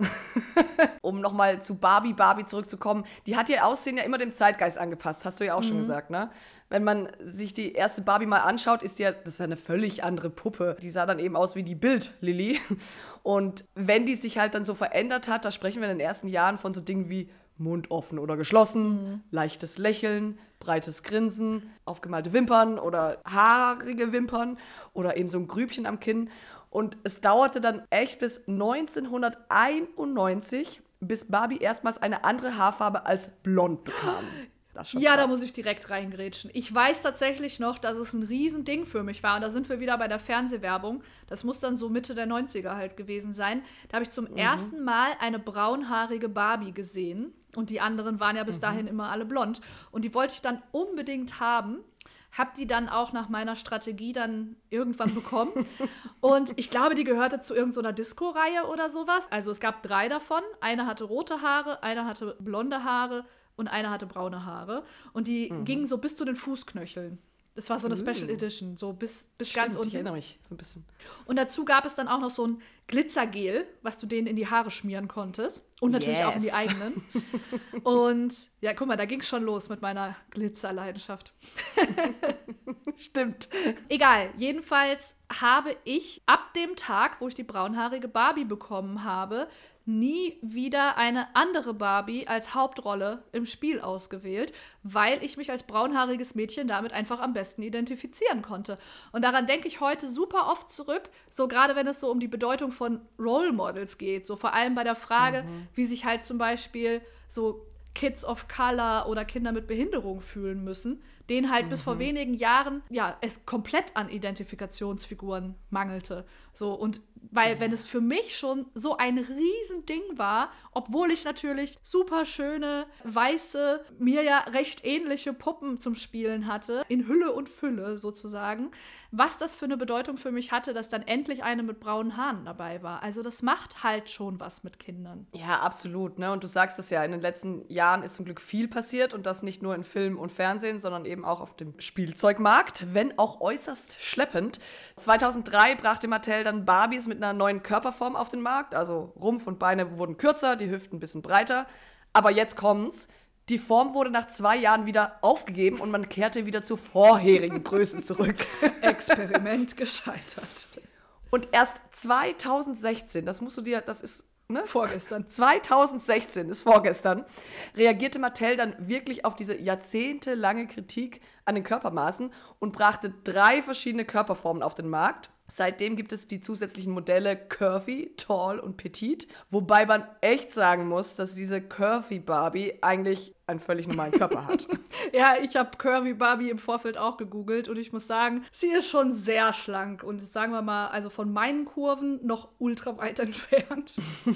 Um nochmal zu Barbie, Barbie zurückzukommen. Die hat ihr Aussehen ja immer dem Zeitgeist angepasst, hast du ja auch mhm. schon gesagt, ne? Wenn man sich die erste Barbie mal anschaut, ist die ja, das ist ja eine völlig andere Puppe. Die sah dann eben aus wie die Bild-Lilly. Und wenn die sich halt dann so verändert hat, da sprechen wir in den ersten Jahren von so Dingen wie Mund offen oder geschlossen, mhm. leichtes Lächeln, breites Grinsen, aufgemalte Wimpern oder haarige Wimpern oder eben so ein Grübchen am Kinn. Und es dauerte dann echt bis neunzehnhunderteinundneunzig, bis Barbie erstmals eine andere Haarfarbe als blond bekam. Das ist schon ja, krass. Da muss ich direkt reingrätschen. Ich weiß tatsächlich noch, dass es ein Riesending für mich war. Und da sind wir wieder bei der Fernsehwerbung. Das muss dann so Mitte der neunziger halt gewesen sein. Da habe ich zum mhm. ersten Mal eine braunhaarige Barbie gesehen. Und die anderen waren ja bis mhm. dahin immer alle blond. Und die wollte ich dann unbedingt haben. Hab die dann auch nach meiner Strategie dann irgendwann bekommen. Und ich glaube, die gehörte zu irgendeiner Disco-Reihe oder sowas. Also es gab drei davon. Eine hatte rote Haare, eine hatte blonde Haare und eine hatte braune Haare. Und die mhm. gingen so bis zu den Fußknöcheln. Das war so eine Special Edition, so bis, bis Stimmt, ganz unten. Ich erinnere mich so ein bisschen. Und dazu gab es dann auch noch so ein Glitzergel, was du denen in die Haare schmieren konntest. Und natürlich yes. auch in die eigenen. Und ja, guck mal, da ging es schon los mit meiner Glitzerleidenschaft. Stimmt. Egal, jedenfalls habe ich ab dem Tag, wo ich die braunhaarige Barbie bekommen habe, nie wieder eine andere Barbie als Hauptrolle im Spiel ausgewählt, weil ich mich als braunhaariges Mädchen damit einfach am besten identifizieren konnte. Und daran denke ich heute super oft zurück, so gerade wenn es so um die Bedeutung von Role Models geht, so vor allem bei der Frage, mhm. wie sich halt zum Beispiel so Kids of Color oder Kinder mit Behinderung fühlen müssen, denen halt mhm. bis vor wenigen Jahren ja es komplett an Identifikationsfiguren mangelte. So, und weil, ja. wenn es für mich schon so ein Riesending war, obwohl ich natürlich super schöne, weiße, mir ja recht ähnliche Puppen zum Spielen hatte, in Hülle und Fülle sozusagen, was das für eine Bedeutung für mich hatte, dass dann endlich eine mit braunen Haaren dabei war. Also das macht halt schon was mit Kindern. Ja, absolut. Ne? Und du sagst es ja, in den letzten Jahren ist zum Glück viel passiert und das nicht nur in Film und Fernsehen, sondern eben auch auf dem Spielzeugmarkt, wenn auch äußerst schleppend. zweitausenddrei brachte Mattel dann Barbies mit einer neuen Körperform auf den Markt. Also Rumpf und Beine wurden kürzer, die Hüften ein bisschen breiter. Aber jetzt kommt's. Die Form wurde nach zwei Jahren wieder aufgegeben und man kehrte wieder zu vorherigen Größen zurück. Experiment gescheitert. Und erst zweitausendsechzehn, das musst du dir, das ist ne? vorgestern. zweitausendsechzehn ist vorgestern, reagierte Mattel dann wirklich auf diese jahrzehntelange Kritik an den Körpermaßen und brachte drei verschiedene Körperformen auf den Markt. Seitdem gibt es die zusätzlichen Modelle Curvy, Tall und Petite, wobei man echt sagen muss, dass diese Curvy Barbie eigentlich einen völlig normalen Körper hat. Ja, ich habe Curvy Barbie im Vorfeld auch gegoogelt und ich muss sagen, sie ist schon sehr schlank und sagen wir mal, also von meinen Kurven noch ultra weit entfernt.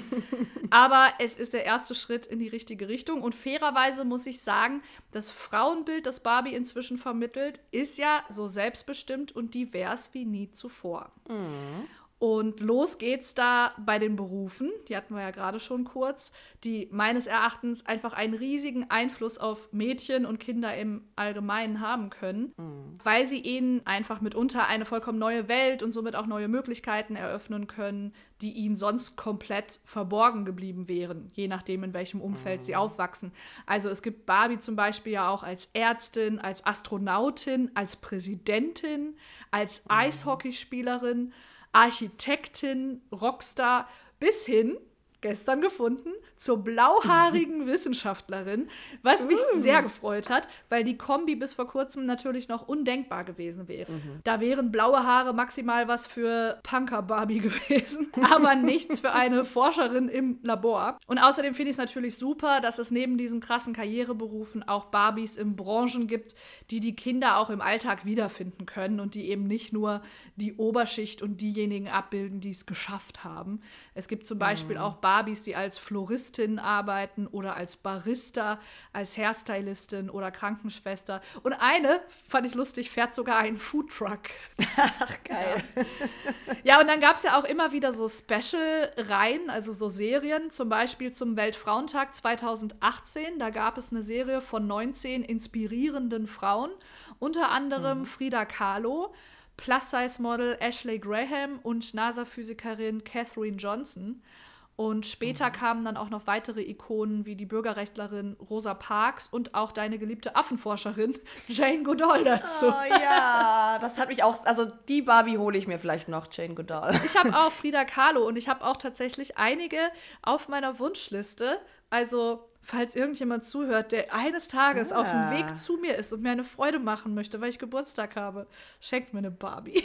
Aber es ist der erste Schritt in die richtige Richtung und fairerweise muss ich sagen, das Frauenbild, das Barbie inzwischen vermittelt, ist ja so selbstbestimmt und divers wie nie zuvor. Mhm. Und los geht's da bei den Berufen, die hatten wir ja gerade schon kurz, die meines Erachtens einfach einen riesigen Einfluss auf Mädchen und Kinder im Allgemeinen haben können, mhm. weil sie ihnen einfach mitunter eine vollkommen neue Welt und somit auch neue Möglichkeiten eröffnen können, die ihnen sonst komplett verborgen geblieben wären, je nachdem, in welchem Umfeld mhm. sie aufwachsen. Also es gibt Barbie zum Beispiel ja auch als Ärztin, als Astronautin, als Präsidentin, als mhm. Eishockeyspielerin, Architektin, Rockstar, bis hin, gestern gefunden, zur blauhaarigen Wissenschaftlerin, was mich uh. sehr gefreut hat, weil die Kombi bis vor kurzem natürlich noch undenkbar gewesen wäre. Mhm. Da wären blaue Haare maximal was für Punker-Barbie gewesen, aber nichts für eine Forscherin im Labor. Und außerdem finde ich es natürlich super, dass es neben diesen krassen Karriereberufen auch Barbies in Branchen gibt, die die Kinder auch im Alltag wiederfinden können und die eben nicht nur die Oberschicht und diejenigen abbilden, die es geschafft haben. Es gibt zum Beispiel mhm. auch Barbies, die als Floristin arbeiten oder als Barista, als Hairstylistin oder Krankenschwester. Und eine, fand ich lustig, fährt sogar einen Foodtruck. Ach, geil. Ja, ja und dann gab es ja auch immer wieder so Special-Reihen, also so Serien, zum Beispiel zum Weltfrauentag zweitausendachtzehn. Da gab es eine Serie von neunzehn inspirierenden Frauen, unter anderem mhm. Frida Kahlo, Plus-Size-Model Ashley Graham und NASA-Physikerin Katherine Johnson. Und später mhm. kamen dann auch noch weitere Ikonen wie die Bürgerrechtlerin Rosa Parks und auch deine geliebte Affenforscherin Jane Goodall dazu. Oh ja, das hat mich auch, also die Barbie hole ich mir vielleicht noch, Jane Goodall. Ich habe auch Frida Kahlo und ich habe auch tatsächlich einige auf meiner Wunschliste. Also, falls irgendjemand zuhört, der eines Tages ah. auf dem Weg zu mir ist und mir eine Freude machen möchte, weil ich Geburtstag habe, schenkt mir eine Barbie.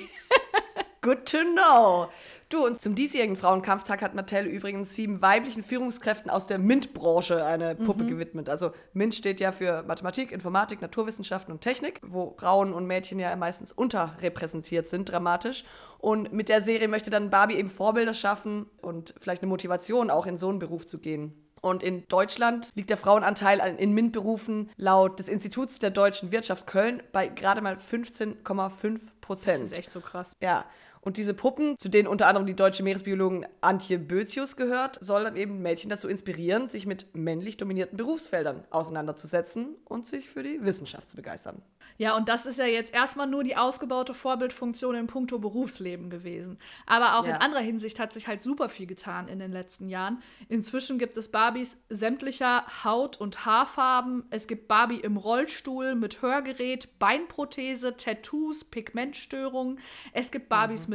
Good to know. Du, und zum diesjährigen Frauenkampftag hat Mattel übrigens sieben weiblichen Führungskräften aus der MINT-Branche eine Puppe mhm. gewidmet. Also MINT steht ja für Mathematik, Informatik, Naturwissenschaften und Technik, wo Frauen und Mädchen ja meistens unterrepräsentiert sind, dramatisch. Und mit der Serie möchte dann Barbie eben Vorbilder schaffen und vielleicht eine Motivation, auch in so einen Beruf zu gehen. Und in Deutschland liegt der Frauenanteil in MINT-Berufen laut des Instituts der deutschen Wirtschaft Köln bei gerade mal fünfzehn Komma fünf Prozent. Das ist echt so krass. Ja. Und diese Puppen, zu denen unter anderem die deutsche Meeresbiologin Antje Boethius gehört, soll dann eben Mädchen dazu inspirieren, sich mit männlich dominierten Berufsfeldern auseinanderzusetzen und sich für die Wissenschaft zu begeistern. Ja, und das ist ja jetzt erstmal nur die ausgebaute Vorbildfunktion in puncto Berufsleben gewesen. Aber auch ja. in anderer Hinsicht hat sich halt super viel getan in den letzten Jahren. Inzwischen gibt es Barbies sämtlicher Haut- und Haarfarben. Es gibt Barbie im Rollstuhl mit Hörgerät, Beinprothese, Tattoos, Pigmentstörungen. Es gibt Barbies mhm.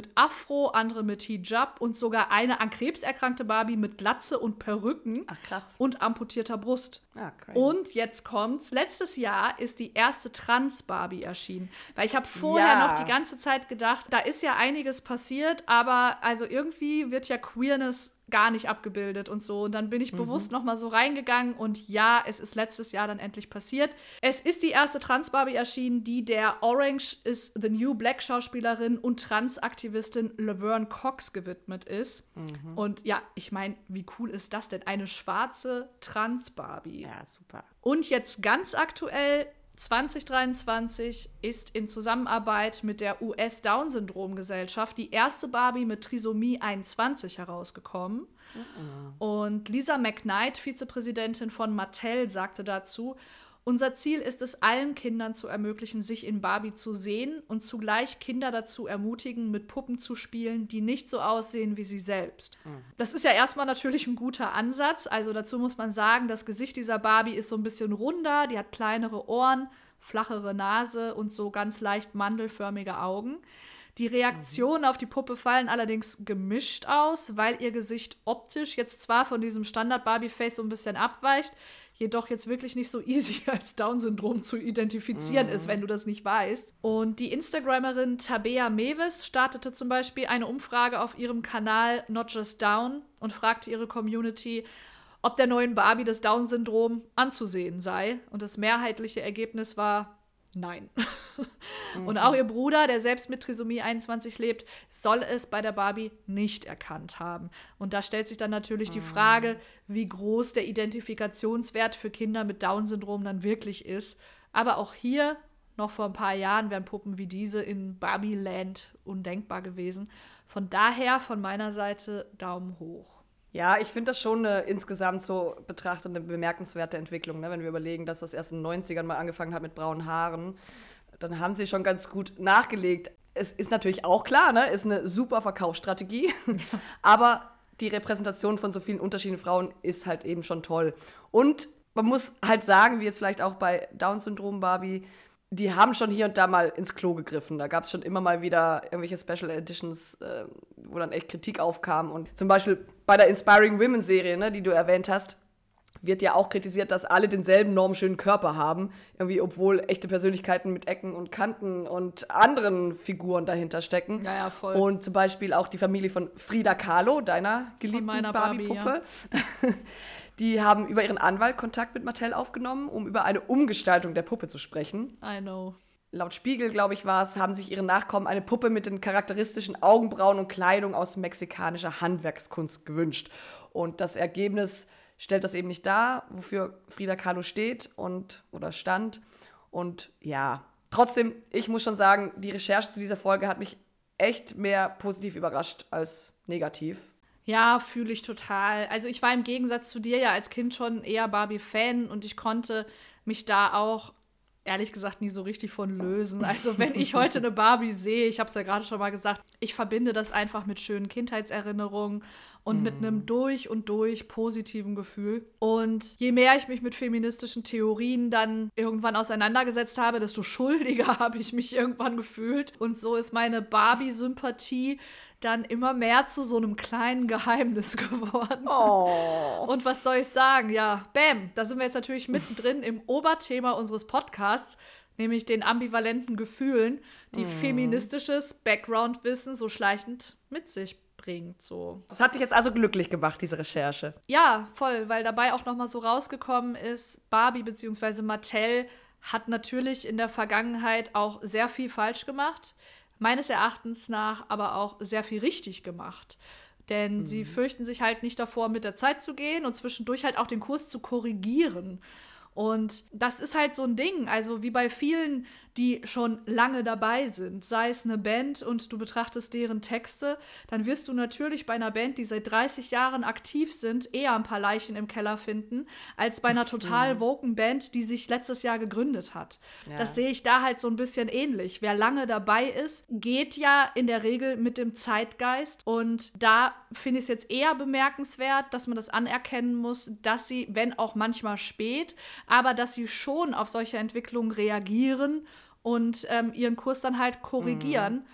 mit Afro, andere mit Hijab und sogar eine an Krebs erkrankte Barbie mit Glatze und Perücken. Ach, krass. Und amputierter Brust. Ah, crazy. Und jetzt kommt's. Letztes Jahr ist die erste Trans-Barbie erschienen. Weil ich habe vorher Ja. noch die ganze Zeit gedacht, da ist ja einiges passiert, aber also irgendwie wird ja Queerness gar nicht abgebildet und so. Und dann bin ich mhm. bewusst noch mal so reingegangen und ja, es ist letztes Jahr dann endlich passiert. Es ist die erste Trans-Barbie erschienen, die der Orange is the New Black Schauspielerin und Transaktivistin Laverne Cox gewidmet ist. Mhm. Und ja, ich meine, wie cool ist das denn? Eine schwarze Trans-Barbie. Ja, super. Und jetzt ganz aktuell, zwanzig dreiundzwanzig ist in Zusammenarbeit mit der U S-Down-Syndrom-Gesellschaft die erste Barbie mit Trisomie einundzwanzig herausgekommen. Mhm. Und Lisa McKnight, Vizepräsidentin von Mattel, sagte dazu: Unser Ziel ist es, allen Kindern zu ermöglichen, sich in Barbie zu sehen und zugleich Kinder dazu ermutigen, mit Puppen zu spielen, die nicht so aussehen wie sie selbst. Mhm. Das ist ja erstmal natürlich ein guter Ansatz. Also dazu muss man sagen, das Gesicht dieser Barbie ist so ein bisschen runder, die hat kleinere Ohren, flachere Nase und so ganz leicht mandelförmige Augen. Die Reaktionen mhm. auf die Puppe fallen allerdings gemischt aus, weil ihr Gesicht optisch jetzt zwar von diesem Standard-Barbie-Face so ein bisschen abweicht, jedoch jetzt wirklich nicht so easy als Down-Syndrom zu identifizieren mhm. ist, wenn du das nicht weißt. Und die Instagramerin Tabea Mewes startete zum Beispiel eine Umfrage auf ihrem Kanal Not Just Down und fragte ihre Community, ob der neuen Barbie das Down-Syndrom anzusehen sei. Und das mehrheitliche Ergebnis war nein. mhm. Und auch ihr Bruder, der selbst mit Trisomie einundzwanzig lebt, soll es bei der Barbie nicht erkannt haben. Und da stellt sich dann natürlich mhm. die Frage, wie groß der Identifikationswert für Kinder mit Down-Syndrom dann wirklich ist. Aber auch hier, noch vor ein paar Jahren, wären Puppen wie diese in Barbie-Land undenkbar gewesen. Von daher von meiner Seite Daumen hoch. Ja, ich finde das schon eine insgesamt so betrachtende, bemerkenswerte Entwicklung, ne? Wenn wir überlegen, dass das erst in den neunzigern mal angefangen hat mit braunen Haaren. Dann haben sie schon ganz gut nachgelegt. Es ist natürlich auch klar, ne? Ist eine super Verkaufsstrategie. Aber die Repräsentation von so vielen unterschiedlichen Frauen ist halt eben schon toll. Und man muss halt sagen, wie jetzt vielleicht auch bei Down-Syndrom-Barbie, die haben schon hier und da mal ins Klo gegriffen. Da gab es schon immer mal wieder irgendwelche Special Editions, äh, wo dann echt Kritik aufkam. Und zum Beispiel bei der Inspiring Women-Serie, ne, die du erwähnt hast, wird ja auch kritisiert, dass alle denselben normschönen Körper haben. Irgendwie, obwohl echte Persönlichkeiten mit Ecken und Kanten und anderen Figuren dahinter stecken. Ja, ja, voll. Und zum Beispiel auch die Familie von Frida Kahlo, deiner geliebten Barbie-Puppe. Ja. Die haben über ihren Anwalt Kontakt mit Mattel aufgenommen, um über eine Umgestaltung der Puppe zu sprechen. I know. Laut Spiegel, glaube ich, war es, haben sich ihre Nachkommen eine Puppe mit den charakteristischen Augenbrauen und Kleidung aus mexikanischer Handwerkskunst gewünscht. Und das Ergebnis stellt das eben nicht dar, wofür Frida Kahlo steht und oder stand. Und ja, trotzdem, ich muss schon sagen, die Recherche zu dieser Folge hat mich echt mehr positiv überrascht als negativ. Ja, fühle ich total. Also ich war im Gegensatz zu dir ja als Kind schon eher Barbie-Fan und ich konnte mich da auch, ehrlich gesagt, nie so richtig von lösen. Also wenn ich heute eine Barbie sehe, ich habe es ja gerade schon mal gesagt, ich verbinde das einfach mit schönen Kindheitserinnerungen und mm. mit einem durch und durch positiven Gefühl. Und je mehr ich mich mit feministischen Theorien dann irgendwann auseinandergesetzt habe, desto schuldiger habe ich mich irgendwann gefühlt. Und so ist meine Barbie-Sympathie dann immer mehr zu so einem kleinen Geheimnis geworden. Oh. Und was soll ich sagen? Ja, bam, da sind wir jetzt natürlich mittendrin im Oberthema unseres Podcasts, nämlich den ambivalenten Gefühlen, die mm. feministisches Background-Wissen so schleichend mit sich bringt. So. Das hat dich jetzt also glücklich gemacht, diese Recherche. Ja, voll, weil dabei auch noch mal so rausgekommen ist, Barbie bzw. Mattel hat natürlich in der Vergangenheit auch sehr viel falsch gemacht. Meines Erachtens nach aber auch sehr viel richtig gemacht. Denn mhm. sie fürchten sich halt nicht davor, mit der Zeit zu gehen und zwischendurch halt auch den Kurs zu korrigieren. Und das ist halt so ein Ding, also wie bei vielen, die schon lange dabei sind, sei es eine Band und du betrachtest deren Texte, dann wirst du natürlich bei einer Band, die seit dreißig Jahren aktiv sind, eher ein paar Leichen im Keller finden, als bei einer total woken Band, die sich letztes Jahr gegründet hat. Ja. Das sehe ich da halt so ein bisschen ähnlich. Wer lange dabei ist, geht ja in der Regel mit dem Zeitgeist und da finde ich es jetzt eher bemerkenswert, dass man das anerkennen muss, dass sie, wenn auch manchmal spät, aber dass sie schon auf solche Entwicklungen reagieren und ähm, ihren Kurs dann halt korrigieren. Mhm.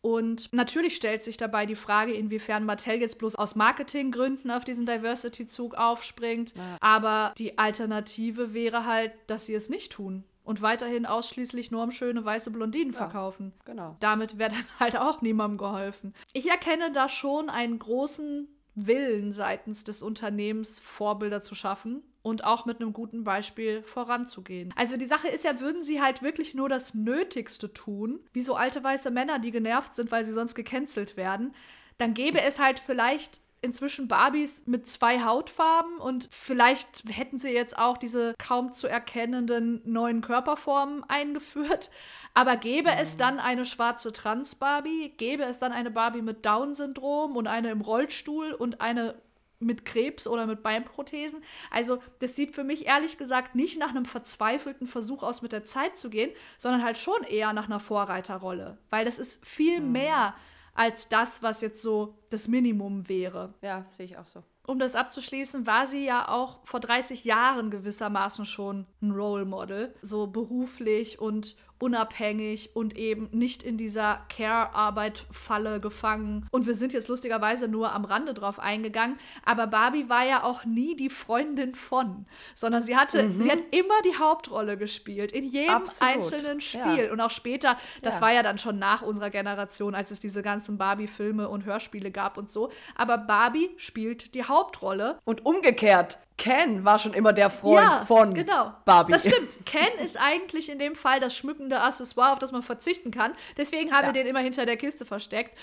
Und natürlich stellt sich dabei die Frage, inwiefern Mattel jetzt bloß aus Marketinggründen auf diesen Diversity-Zug aufspringt. Ja. Aber die Alternative wäre halt, dass sie es nicht tun. Und weiterhin ausschließlich normschöne weiße Blondinen ja, verkaufen. Genau. Damit wäre dann halt auch niemandem geholfen. Ich erkenne da schon einen großen Willen seitens des Unternehmens, Vorbilder zu schaffen und auch mit einem guten Beispiel voranzugehen. Also die Sache ist ja, würden sie halt wirklich nur das Nötigste tun, wie so alte weiße Männer, die genervt sind, weil sie sonst gecancelt werden, dann gäbe es halt vielleicht inzwischen Barbies mit zwei Hautfarben und vielleicht hätten sie jetzt auch diese kaum zu erkennenden neuen Körperformen eingeführt. Aber gäbe mhm. es dann eine schwarze Trans-Barbie, gäbe es dann eine Barbie mit Down-Syndrom und eine im Rollstuhl und eine mit Krebs oder mit Beinprothesen. Also das sieht für mich ehrlich gesagt nicht nach einem verzweifelten Versuch aus, mit der Zeit zu gehen, sondern halt schon eher nach einer Vorreiterrolle. Weil das ist viel mhm. mehr als das, was jetzt so das Minimum wäre. Ja, sehe ich auch so. Um das abzuschließen, war sie ja auch vor dreißig Jahren gewissermaßen schon ein Role Model. So beruflich und unabhängig und eben nicht in dieser Care-Arbeit-Falle gefangen. Und wir sind jetzt lustigerweise nur am Rande drauf eingegangen. Aber Barbie war ja auch nie die Freundin von, sondern sie hatte, mhm. sie hat immer die Hauptrolle gespielt, in jedem Absolut. einzelnen Spiel. Ja. Und auch später, das ja. war ja dann schon nach unserer Generation, als es diese ganzen Barbie-Filme und Hörspiele gab und so. Aber Barbie spielt die Hauptrolle. Und umgekehrt. Ken war schon immer der Freund ja, von genau. Barbie. Das stimmt. Ken ist eigentlich in dem Fall das schmückende Accessoire, auf das man verzichten kann. Deswegen haben ja. wir den immer hinter der Kiste versteckt.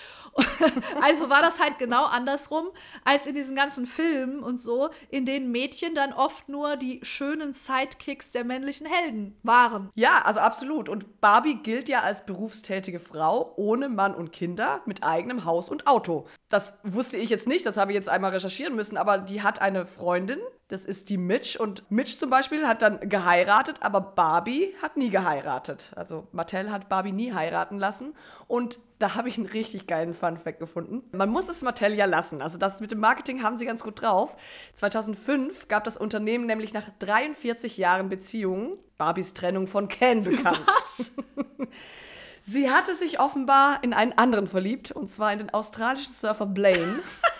Also war das halt genau andersrum, als in diesen ganzen Filmen und so, in denen Mädchen dann oft nur die schönen Sidekicks der männlichen Helden waren. Ja, also absolut. Und Barbie gilt ja als berufstätige Frau ohne Mann und Kinder mit eigenem Haus und Auto. Das wusste ich jetzt nicht, das habe ich jetzt einmal recherchieren müssen, aber die hat eine Freundin, das ist die Mitch. Und Mitch zum Beispiel hat dann geheiratet, aber Barbie hat nie geheiratet. Also Mattel hat Barbie nie heiraten lassen. Und da habe ich einen richtig geilen Funfact gefunden. Man muss es Mattel ja lassen. Also das mit dem Marketing haben sie ganz gut drauf. zweitausendfünf gab das Unternehmen nämlich nach dreiundvierzig Jahren Beziehung Barbies Trennung von Ken bekannt. Was? Sie hatte sich offenbar in einen anderen verliebt, und zwar in den australischen Surfer Blaine.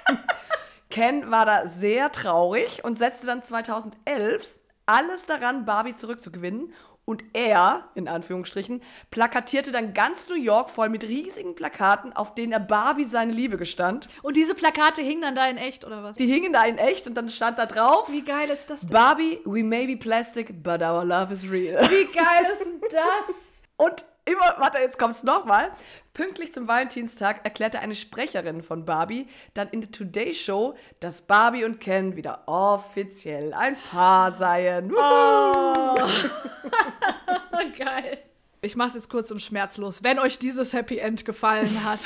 Ken war da sehr traurig und setzte dann zweitausendelf alles daran, Barbie zurückzugewinnen. Und er, in Anführungsstrichen, plakatierte dann ganz New York voll mit riesigen Plakaten, auf denen er Barbie seine Liebe gestand. Und diese Plakate hingen dann da in echt, oder was? Die hingen da in echt und dann stand da drauf: Wie geil ist das denn? Barbie, we may be plastic, but our love is real. Wie geil ist denn das? Und immer, warte, jetzt kommt's nochmal. Pünktlich zum Valentinstag erklärte eine Sprecherin von Barbie dann in der Today Show, dass Barbie und Ken wieder offiziell ein Paar seien. Oh. Geil. Ich mach's jetzt kurz und schmerzlos. Wenn euch dieses Happy End gefallen hat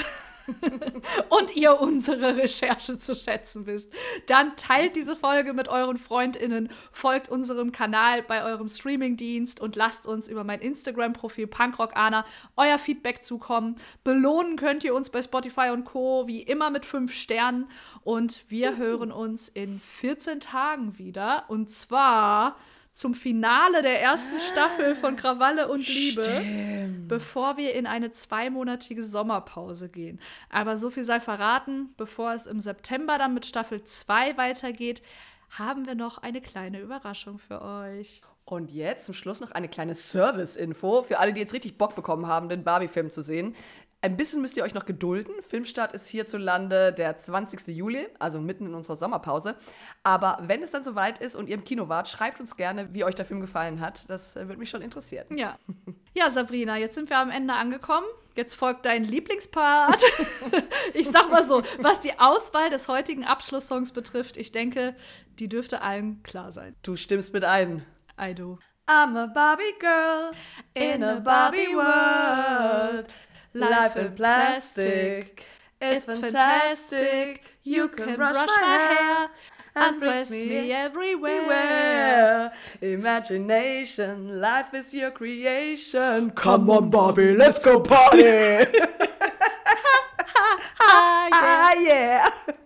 und ihr unsere Recherche zu schätzen wisst, dann teilt diese Folge mit euren FreundInnen, folgt unserem Kanal bei eurem Streamingdienst und lasst uns über mein Instagram-Profil punkrockanna euer Feedback zukommen. Belohnen könnt ihr uns bei Spotify und Co. wie immer mit fünf Sternen und wir uh. hören uns in vierzehn Tagen wieder und zwar zum Finale der ersten Staffel von Krawalle und Liebe, Stimmt. bevor wir in eine zweimonatige Sommerpause gehen. Aber so viel sei verraten, bevor es im September dann mit Staffel zwei weitergeht, haben wir noch eine kleine Überraschung für euch. Und jetzt zum Schluss noch eine kleine Service-Info für alle, die jetzt richtig Bock bekommen haben, den Barbie-Film zu sehen. Ein bisschen müsst ihr euch noch gedulden. Filmstart ist hierzulande der zwanzigsten Juli, also mitten in unserer Sommerpause. Aber wenn es dann soweit ist und ihr im Kino wart, schreibt uns gerne, wie euch der Film gefallen hat. Das äh, würde mich schon interessieren. Ja. Ja, Sabrina, jetzt sind wir am Ende angekommen. Jetzt folgt dein Lieblingspart. Ich sag mal so, was die Auswahl des heutigen Abschlusssongs betrifft, ich denke, die dürfte allen klar sein. Du stimmst mit ein. I do. I'm a Barbie girl in a Barbie world. Life in plastic, it's, it's fantastic. You can brush my hair, undress me everywhere. Imagination, life is your creation. Come on, Barbie, let's go party. Ah, yeah. Ah, yeah.